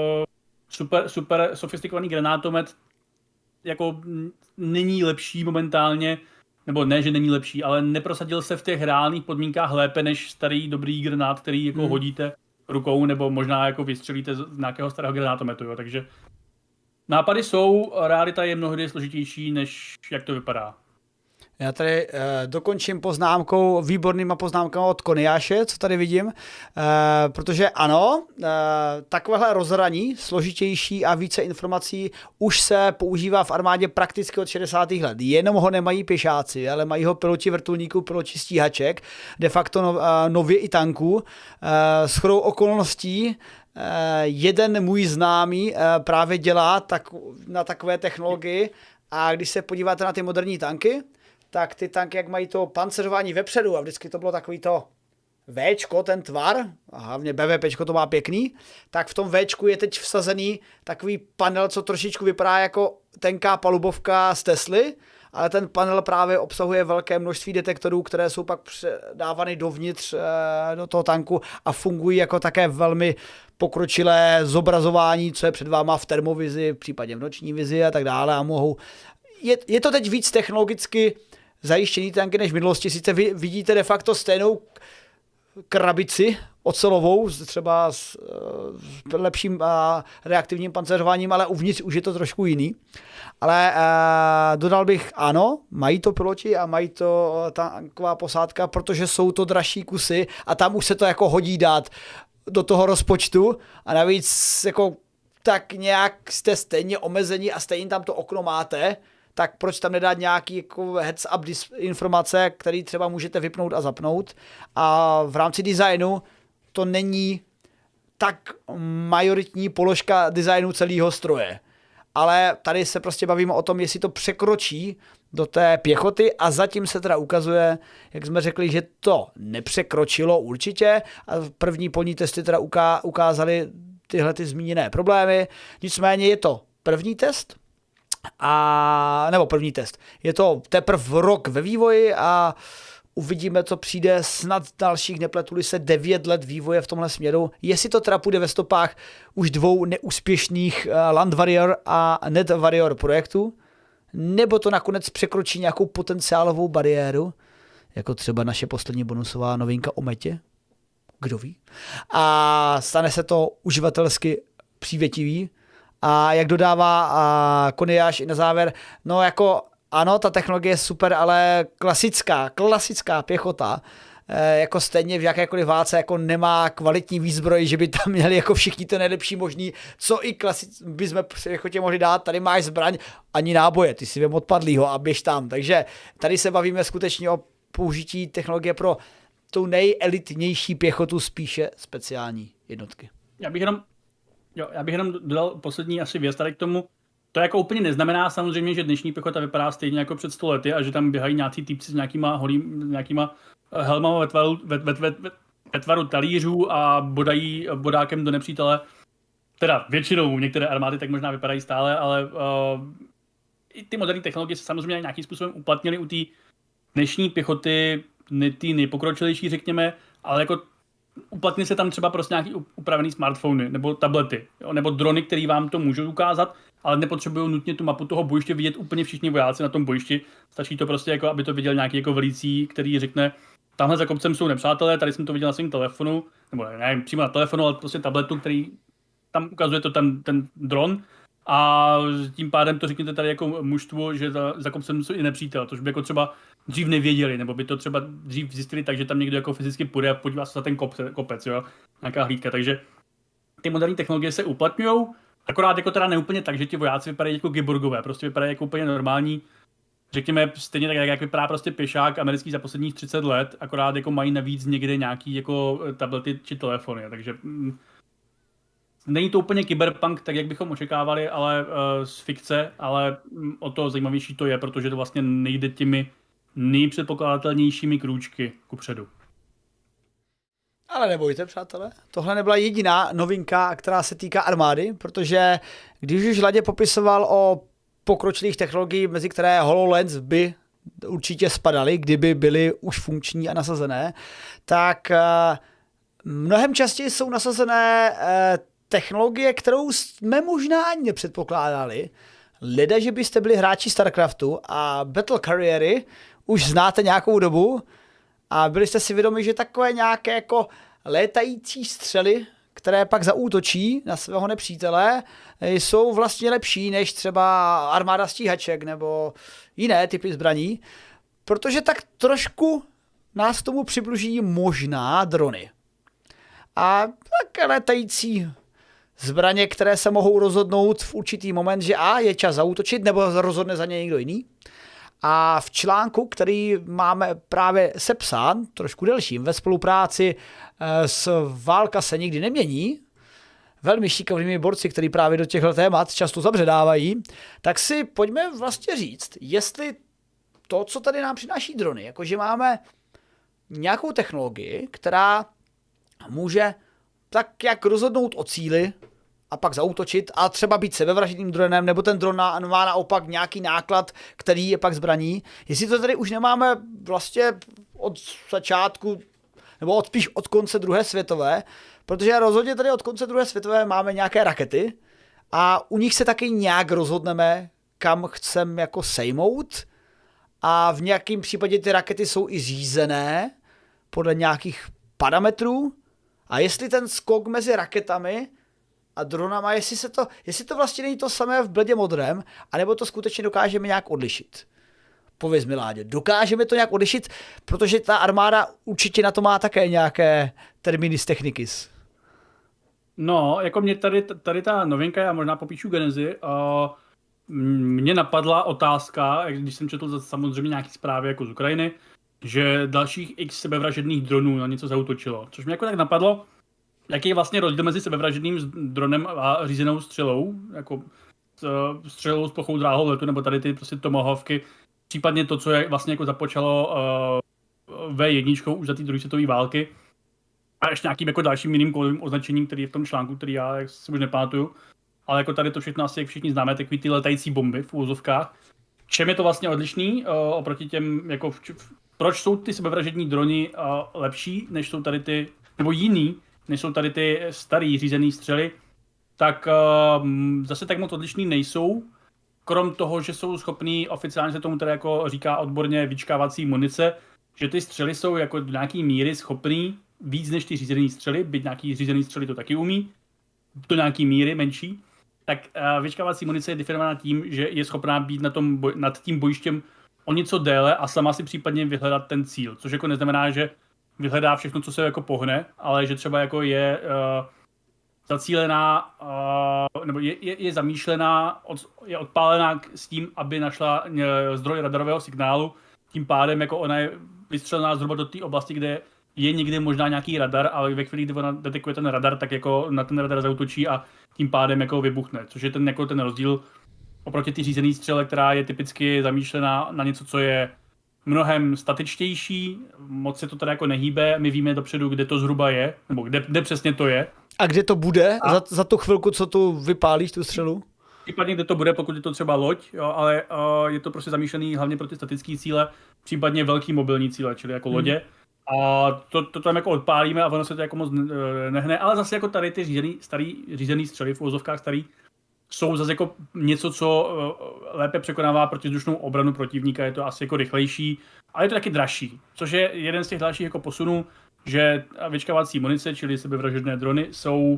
super, super sofistikovaný granátomet jako není lepší momentálně, nebo ne, že není lepší, ale neprosadil se v těch reálných podmínkách lépe než starý dobrý granát, který jako hmm. hodíte rukou, nebo možná jako vystřelíte z nějakého starého granátometu, jo. Takže nápady jsou, realita je mnohdy složitější, než jak to vypadá. Já tady uh, dokončím poznámkou, výbornýma poznámkama od Koniáše, co tady vidím, uh, protože ano, uh, takovéhle rozhraní, složitější a více informací už se používá v armádě prakticky od šedesátých let. Jenom ho nemají pěšáci, ale mají ho piloti vrtulníků, piloti stíhaček, de facto no, uh, nově i tanků. Uh, s chodou okolností uh, jeden můj známý uh, právě dělá tak, na takové technologii a když se podíváte na ty moderní tanky, tak ty tanky, jak mají to panceřování vepředu a vždycky to bylo takový to Včko, ten tvar, a hlavně BVPčko to má pěkný, tak v tom Včku je teď vsazený takový panel, co trošičku vypadá jako tenká palubovka z Tesly, ale ten panel právě obsahuje velké množství detektorů, které jsou pak dávány dovnitř do toho tanku a fungují jako také velmi pokročilé zobrazování, co je před váma v termovizi, případně v noční vizi a tak dále a mohou... Je, je to teď víc technologicky zajištěný tanky než v minulosti. Sice vy vidíte de facto stejnou krabici ocelovou, třeba s, s lepším a reaktivním panceřováním, ale uvnitř už je to trošku jiný. Ale a, dodal bych, ano, mají to piloti a mají to tanková posádka, protože jsou to dražší kusy a tam už se to jako hodí dát do toho rozpočtu a navíc jako tak nějak jste stejně omezení a stejně tam to okno máte, tak proč tam nedat nějaký jako heads up informace, který třeba můžete vypnout a zapnout. A v rámci designu to není tak majoritní položka designu celého stroje. Ale tady se prostě bavíme o tom, jestli to překročí do té pěchoty a zatím se teda ukazuje, jak jsme řekli, že to nepřekročilo určitě a první polní testy teda ukázaly tyhle ty zmíněné problémy. Nicméně je to první test, a, nebo první test. Je to teprve rok ve vývoji a uvidíme, co přijde, snad dalších, nepletuli se, devět let vývoje v tomhle směru. Jestli to teda půjde ve stopách už dvou neúspěšných Land Warrior a Net Warrior projektů, nebo to nakonec překročí nějakou potenciálovou bariéru, jako třeba naše poslední bonusová novinka o metě, kdo ví, a stane se to uživatelsky přívětivý. A jak dodává Koniáš i na závěr, no jako ano, ta technologie je super, ale klasická, klasická pěchota, eh, jako stejně v jakékoliv válce jako nemá kvalitní výzbroj, že by tam měli jako všichni to nejlepší možný, co i klasic, bychom pěchotě mohli dát, tady máš zbraň, ani náboje, ty si vem odpadlýho a běž tam. Takže tady se bavíme skutečně o použití technologie pro tu nejelitnější pěchotu, spíše speciální jednotky. Já bych jenom, jo, já bych jenom dodal poslední asi věc tady k tomu. To jako úplně neznamená samozřejmě, že dnešní pěchota vypadá stejně jako před sto lety a že tam běhají nějací týpci s nějakýma, holý, nějakýma helmama ve tvaru, ve, ve, ve, ve tvaru talířů a bodají bodákem do nepřítele. Teda většinou některé armády tak možná vypadají stále, ale uh, i ty moderní technologie se samozřejmě nějakým způsobem uplatnily u té dnešní pěchoty, ne, ty nejpokročilejší řekněme, ale jako uplatní se tam třeba prostě nějaký upravený smartfony nebo tablety, jo, nebo drony, které vám to můžou ukázat, ale nepotřebují nutně tu mapu toho bojiště vidět úplně všichni vojáci na tom bojišti. Stačí to prostě jako, aby to viděl nějaký jako velící, který řekne, tamhle za kopcem jsou nepřátelé, tady jsem to viděl na svém telefonu, nebo nevím, přímo na telefonu, ale prostě tabletu, který tam ukazuje to ten, ten dron. A tím pádem to řekněte tady jako mužstvu, že za, za kopcem jsou i nepřítel, což by jako třeba dřív nevěděli, nebo by to třeba dřív zjistili tak, že tam někdo jako fyzicky půjde a podívá se za ten kopec, kopec jo, nějaká hlídka. Takže ty moderní technologie se uplatňují, akorát jako teda neúplně tak, že ti vojáci vypadají jako kyborgové, prostě vypadají jako úplně normální, řekněme stejně tak, jak vypadá prostě pěšák americký za posledních třicet let, akorát jako mají navíc někde nějaký jako tablety či telefony, takže mm, není to úplně cyberpunk, tak jak bychom očekávali, ale uh, z fikce, ale um, o to zajímavější to je, protože to vlastně nejde těmi nejpředpokládatelnějšími krůčky kupředu. Ale nebojte, přátelé, tohle nebyla jediná novinka, která se týká armády, protože když už Ladě popisoval o pokročilých technologií, mezi které HoloLens by určitě spadaly, kdyby byly už funkční a nasazené, tak uh, mnohem častěji jsou nasazené uh, technologie, kterou jsme možná ani nepředpokládali. Leda, že byste byli hráči StarCraftu a Battle Carriery už znáte nějakou dobu a byli jste si vědomi, že takové nějaké jako létající střely, které pak zaútočí na svého nepřítele, jsou vlastně lepší než třeba armáda stíhaček nebo jiné typy zbraní, protože tak trošku nás tomu přibliží možná drony. A také létající zbraně, které se mohou rozhodnout v určitý moment, že a je čas zaútočit, nebo rozhodne za ně někdo jiný. A v článku, který máme právě sepsán, trošku delším, ve spolupráci s Válka se nikdy nemění, velmi šikovnými borci, kteří právě do těchto témat často zabředávají, tak si pojďme vlastně říct, jestli to, co tady nám přináší drony, jakože máme nějakou technologii, která může tak jak rozhodnout o cíli a pak zaútočit a třeba být sebevražedným dronem, nebo ten dron má naopak nějaký náklad, který je pak zbraní. Jestli to tady už nemáme vlastně od začátku, nebo od, spíš od konce druhé světové, protože rozhodně tady od konce druhé světové máme nějaké rakety a u nich se taky nějak rozhodneme, kam chceme jako sejmout a v nějakém případě ty rakety jsou i řízené podle nějakých parametrů. A jestli ten skok mezi raketami a dronama, jestli, se to, jestli to vlastně není to samé v bledě modrém, anebo to skutečně dokážeme nějak odlišit. Pověz mi, Láďo, dokážeme to nějak odlišit, protože ta armáda určitě na to má také nějaké termíny z technikis. No, jako mě tady, tady ta novinka, já možná popíšu genezi, uh, Mně napadla otázka, když jsem četl samozřejmě nějaký zprávy jako z Ukrajiny, že dalších x sebevražedných dronů na něco zaútočilo. Což mě jako tak napadlo, jaký je vlastně rozdíl mezi sebevražedným dronem a řízenou střelou, jako střelou s plochou dráhou letu, nebo tady ty prostě tomahawky, případně to, co je vlastně jako započalo uh, vé jedna už za té druhé světové války. A ještě nějakým jako dalším jiným kódovým označením, který je v tom článku, který já si už nepamatuju. Ale jako tady to všechno asi, jak všichni známe, takový ty letající bomby v úvozovkách. Čem je to vlastně odlišný uh, oproti těm, jako v, v, proč jsou ty sebevražední drony uh, lepší, než jsou tady ty, nebo jiný, než jsou tady ty starý řízený střely, tak uh, zase tak moc odlišný nejsou. Krom toho, že jsou schopní, oficiálně se tomu teda jako říká odborně vyčkávací munice, že ty střely jsou jako do nějaký míry schopný víc než ty řízený střely, byť nějaký řízený střely to taky umí, do nějaký míry menší, tak uh, vyčkávací munice je definovaná tím, že je schopná být na tom boj, nad tím bojištěm o něco déle a sama si případně vyhledat ten cíl, což jako neznamená, že vyhledá všechno, co se jako pohne, ale že třeba jako je uh, zacílená, uh, nebo je, je, je zamýšlená, od, je odpálená s tím, aby našla uh, zdroj radarového signálu, tím pádem jako ona je vystřelená zhruba do té oblasti, kde je někde možná nějaký radar, ale ve chvíli, kdy ona detekuje ten radar, tak jako na ten radar zaútočí a tím pádem jako vybuchne, což je ten, jako ten rozdíl oproti ty řízený střele, která je typicky zamýšlená na něco, co je mnohem statičtější, moc se to teda jako nehýbe, my víme dopředu, kde to zhruba je, nebo kde, kde přesně to je. A kde to bude a... za, za tu chvilku, co tu vypálíš, tu střelu? Případně kde to bude, pokud je to třeba loď, jo, ale uh, je to prostě zamýšlený hlavně pro ty statické cíle, případně velký mobilní cíle, čili jako hmm. lodě. A to, to tam jako odpálíme a ono se to jako moc nehne, ale zase jako tady ty řízený, starý řízený střely v uvozovkách starý jsou zase jako něco, co lépe překonává protizdušnou obranu protivníka, je to asi jako rychlejší, ale je to taky dražší, což je jeden z těch dalších jako posunů, že vyčkávací munice, čili sebevražedné drony, jsou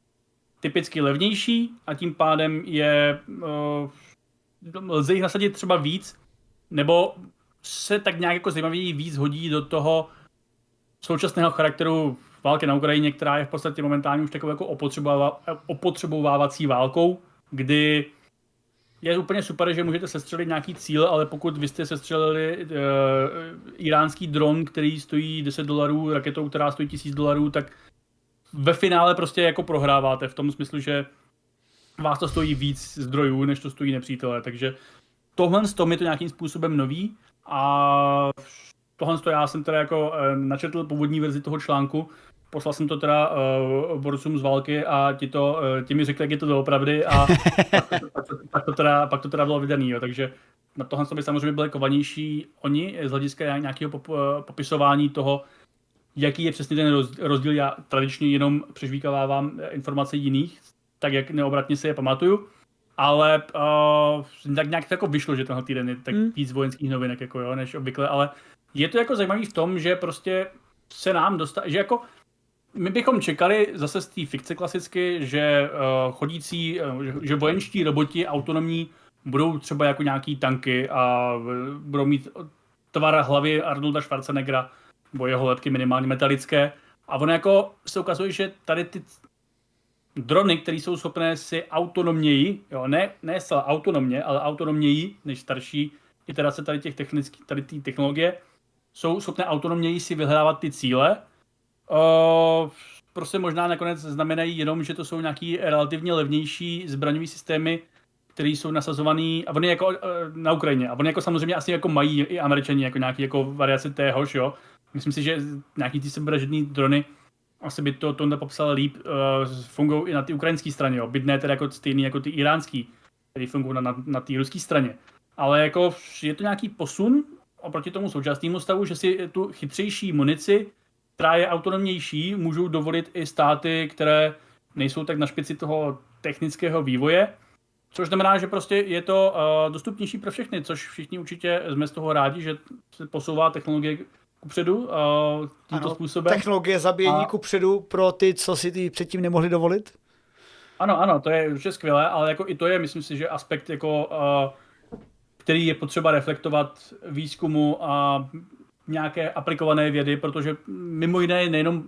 typicky levnější a tím pádem je uh, lze jich nasadit třeba víc, nebo se tak nějak jako zajímavěji víc hodí do toho současného charakteru války na Ukrajině, která je v podstatě momentálně už takovou jako opotřebovávací válkou, kdy je úplně super, že můžete sestřelit nějaký cíl, ale pokud vy jste sestřelili uh, iránský dron, který stojí deset dolarů, raketou, která stojí tisíc dolarů, tak ve finále prostě jako prohráváte v tom smyslu, že vás to stojí víc zdrojů, než to stojí nepřítele, takže tohle z tom je to nějakým způsobem nový a tohle z toho já jsem teda jako načetl původní verzi toho článku, poslal jsem to teda uh, borcům z války a ti, to, uh, ti mi řekli, jak je to doopravdy a pak, pak, to, pak, to teda, pak to teda bylo vydaný, jo, takže na tohle by samozřejmě byli kovanější oni z hlediska nějakého pop, popisování toho, jaký je přesně ten rozdíl. Já tradičně jenom přežvíkávám informace jiných, tak jak neobratně si je pamatuju, ale uh, tak nějak to jako vyšlo, že tenhle týden je tak hmm. víc vojenských novinek jako jo, než obvykle, ale je to jako zajímavý v tom, že prostě se nám dostane, že jako my bychom čekali zase z té fikce klasicky, že uh, chodící, uh, že, že vojenští roboti autonomní budou třeba jako nějaký tanky a budou mít tvar hlavy Arnolda Schwarzeneggera, nebo jeho letky minimálně metalické. A ono jako se ukazuje, že tady ty drony, které jsou schopné si autonomněji, jo, ne, ne zcela autonomně, ale autonomněji než starší iterace tady těch technických, tady té technologie, jsou schopné autonomněji si vyhledávat ty cíle. Uh, prostě možná nakonec znamenají jenom, že to jsou nějaký relativně levnější zbraňové systémy, které jsou nasazované, a oni jako uh, na Ukrajině, a oni jako samozřejmě asi jako mají i Američani jako nějaký jako variace téhož, jo. Myslím si, že nějaký ty sebevražedný drony, asi by to Tonda popsal líp, uh, fungují i na té ukrajinské straně, jo. Byť ne teda jako stejný jako ty iránský, který fungují na, na, na té ruské straně. Ale jako je to nějaký posun oproti tomu současnému stavu, že si tu chytřejší munici, která je autonomnější, můžou dovolit i státy, které nejsou tak na špici toho technického vývoje, což znamená, že prostě je to uh, dostupnější pro všechny, což všichni určitě jsme z toho rádi, že se posouvá technologie kupředu uh, tímto ano, způsobem. Technologie zabíjení a... kupředu pro ty, co si ty předtím nemohli dovolit? Ano, ano, to je určitě skvělé, ale jako i to je, myslím si, že aspekt, jako, uh, který je potřeba reflektovat výzkumu a nějaké aplikované vědy, protože mimo jiné nejenom,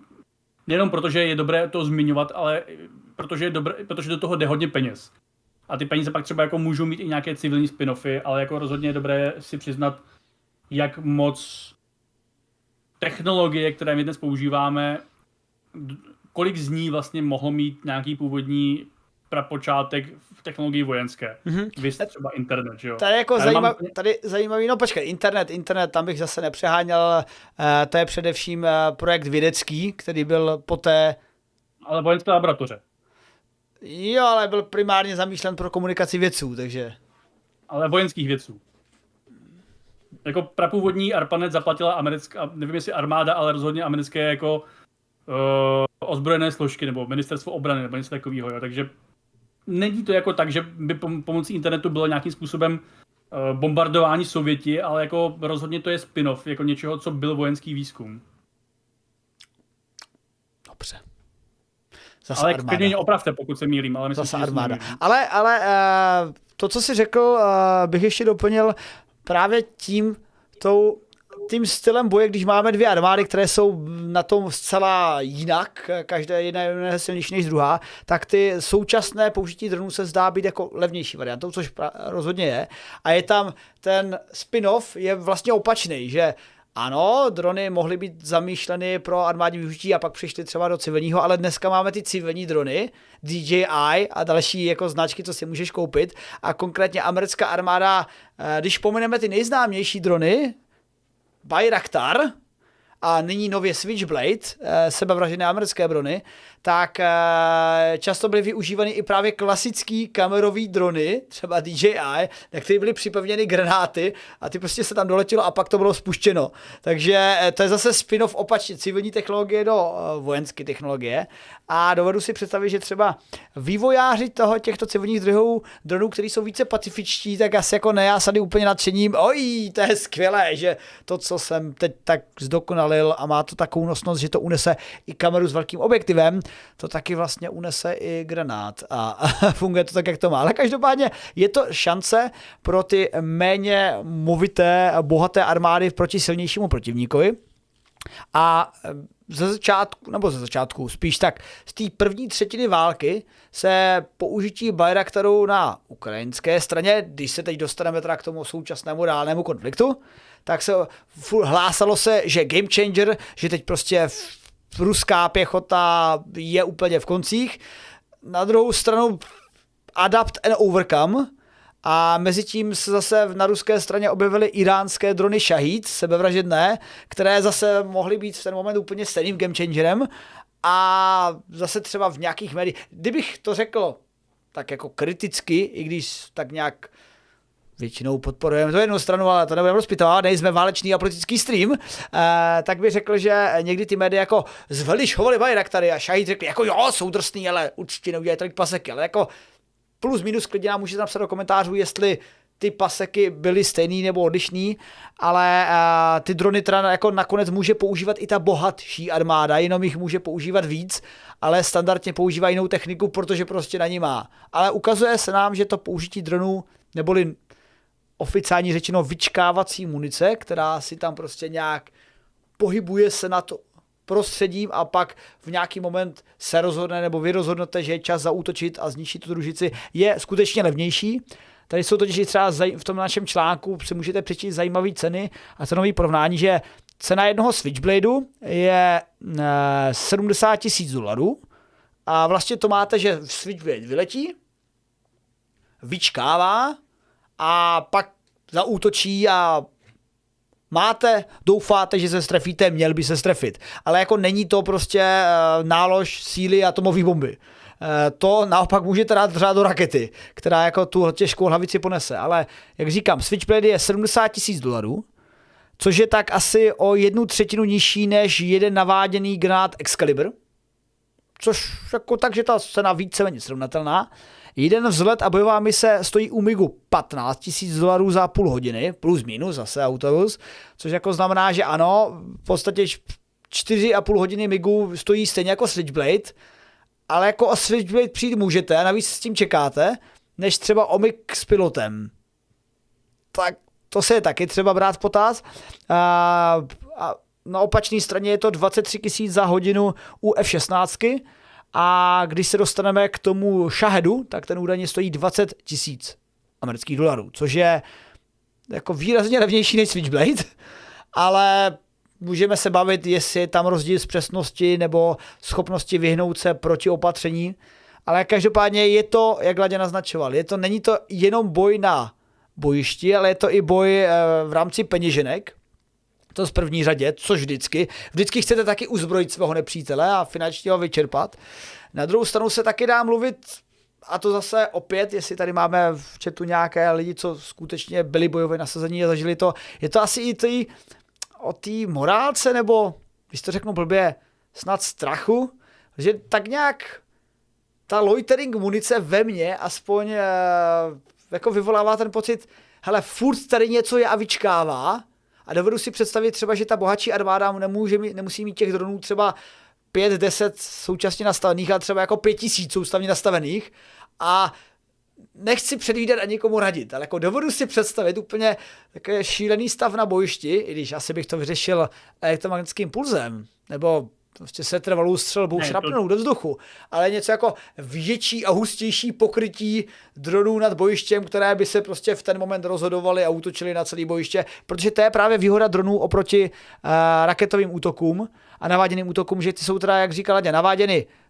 nejenom protože je dobré to zmiňovat, ale protože, je dobré, protože do toho jde hodně peněz. a ty peníze pak třeba jako můžou mít i nějaké civilní spin-offy, ale jako rozhodně je dobré si přiznat, jak moc technologie, které my dnes používáme, kolik z ní vlastně mohlo mít nějaký původní prapočátek v technologii vojenské. Mm-hmm. Vy jste třeba internet, že jo? Tady, jako zajímav, mám... tady zajímavý, no počkej, internet, internet, tam bych zase nepřeháněl, uh, to je především uh, projekt vědecký, který byl poté... Ale vojenské laboratoře. Jo, ale byl primárně zamýšlen pro komunikaci vědců, takže... Ale vojenských vědců. Jako prapůvodní ARPANET zaplatila americká, nevím jestli armáda, ale rozhodně americké jako uh, ozbrojené složky, nebo ministerstvo obrany, nebo něco takového, jo. Takže není to jako tak, že by pomocí internetu bylo nějakým způsobem uh, bombardování Sověti, ale jako rozhodně to je spin-off, jako něčeho, co byl vojenský výzkum. Dobře. Zase ale armáda. klidně opravte, pokud se mýlím, ale myslím, Zase že armáda. Ale, ale uh, to, co jsi řekl, uh, bych ještě doplnil právě tím, tou, tím stylem boje, když máme dvě armády, které jsou na tom zcela jinak, každá jedna je silnější než druhá, tak ty současné použití dronů se zdá být jako levnější variantou, což rozhodně je. A je tam ten spin-off je vlastně opačný, že ano, drony mohly být zamýšleny pro armádní využití a pak přišly třeba do civilního, ale dneska máme ty civilní drony, D J I a další jako značky, co si můžeš koupit. A konkrétně americká armáda, když pomeneme ty nejznámější drony, Bayraktar a nyní nově Switchblade, sebevražené americké drony, tak často byly využívány i právě klasický kamerový drony, třeba D J I, na které byly připevněny granáty a ty prostě se tam doletělo a pak to bylo spuštěno. Takže to je zase spin-off opačně civilní technologie do vojenské technologie a dovedu si představit, že třeba vývojáři toho, těchto civilních druhů dronů, který jsou více pacifičtí, tak asi jako nejásady úplně nadšením, oj, to je skvělé, že to, co jsem teď tak zdokonalil a má to takovou nosnost, že to unese i kameru s velkým objektivem, to taky vlastně unese i granát a funguje to tak, jak to má. Ale každopádně je to šance pro ty méně movité, bohaté armády proti silnějšímu protivníkovi. A ze začátku, nebo ze začátku, spíš tak, z té první třetiny války se použití Bayraktaru na ukrajinské straně, když se teď dostaneme teda k tomu současnému reálnému konfliktu, tak se hlásalo se, že game changer, že teď prostě ruská pěchota je úplně v koncích. Na druhou stranu adapt and overcome a mezi tím se zase na ruské straně objevily iránské drony Shahid, sebevražedné, které zase mohly být v ten moment úplně stejným game changerem a zase třeba v nějakých médiích. Kdybych to řekl tak jako kriticky, i když tak nějak většinou podporujeme to jednu stranu, ale to nebudeme rozpitovat, nejsme válečný a politický stream, eh, tak bych řekl, že někdy ty média jako zveličovaly Bayraktary a Shahid řekli, jako jo, jsou drsný, ale určitě neudělají tolik paseky, ale jako plus minus klidně nám můžete napsat do komentářů, jestli ty paseky byly stejný nebo odlišný, ale uh, ty drony teda jako nakonec může používat i ta bohatší armáda, jenom jich může používat víc, ale standardně používá jinou techniku, protože prostě na ní má. Ale ukazuje se nám, že to použití dronů, neboli oficiálně řečeno vyčkávací munice, která si tam prostě nějak pohybuje se na to prostředím a pak v nějaký moment se rozhodne nebo vy rozhodnete, že je čas zaútočit a zničit tu družici, je skutečně levnější. Tady jsou totiž třeba v tom našem článku, si můžete přečíst zajímavé ceny a cenový porovnání, že cena jednoho Switchbladeu je sedmdesát tisíc dolarů a vlastně to máte, že Switchblade vyletí, vyčkává a pak zaútočí a máte, doufáte, že se strefíte, měl by se strefit. Ale jako není to prostě uh, nálož síly atomové bomby. Uh, to naopak můžete dát třeba do rakety, která jako tu těžkou hlavici ponese. Ale jak říkám, Switchblade je sedmdesát tisíc dolarů, což je tak asi o jednu třetinu nižší než jeden naváděný granát Excalibur. Což jako takže ta cena víceméně srovnatelná. Jeden vzlet a bojová mise stojí u MiGu patnáct tisíc dolarů za půl hodiny, plus minus zase autobus, což jako znamená, že ano, v podstatě čtyři a půl hodiny MiGu stojí stejně jako Switchblade, ale jako o Switchblade přijít můžete a navíc s tím čekáte, než třeba o MiG s pilotem. Tak to se je taky třeba brát v potaz. A, a na opačné straně je to dvacet tři tisíc za hodinu u F šestnáct A když se dostaneme k tomu Shahedu, tak ten údajně stojí dvacet tisíc amerických dolarů, což je jako výrazně levnější než Switchblade, ale můžeme se bavit, jestli je tam rozdíl z přesnosti nebo schopnosti vyhnout se proti opatření, ale každopádně je to, jak Ladě naznačoval, je to, není to jenom boj na bojišti, ale je to i boj v rámci peněženek, to z první řadě, což vždycky. Vždycky chcete taky uzbrojit svého nepřítele a finančně ho vyčerpat. Na druhou stranu se taky dá mluvit, a to zase opět, jestli tady máme v chatu nějaké lidi, co skutečně byli bojové nasazení a zažili to, je to asi i tý, o té morálce, nebo, když to řeknu blbě, snad strachu, že tak nějak ta loitering munice ve mně aspoň e, jako vyvolává ten pocit, hele, furt tady něco je a vyčkává a dovedu si představit třeba, že ta bohatší armáda nemůže mít, nemusí mít těch dronů třeba pět, deset současně nastavených, ale třeba jako pět tisíc soustavně nastavených a nechci předvídat a nikomu radit, ale jako dovedu si představit úplně takový šílený stav na bojišti, i když asi bych to vyřešil elektromagnetickým pulzem, nebo prostě setrvalou střelbou šrapnelů do vzduchu, ale něco jako větší a hustější pokrytí dronů nad bojištěm, které by se prostě v ten moment rozhodovaly a útočily na celé bojiště, protože to je právě výhoda dronů oproti uh, raketovým útokům a naváděným útokům, že ty jsou teda, jak říkala Ladě, naváděny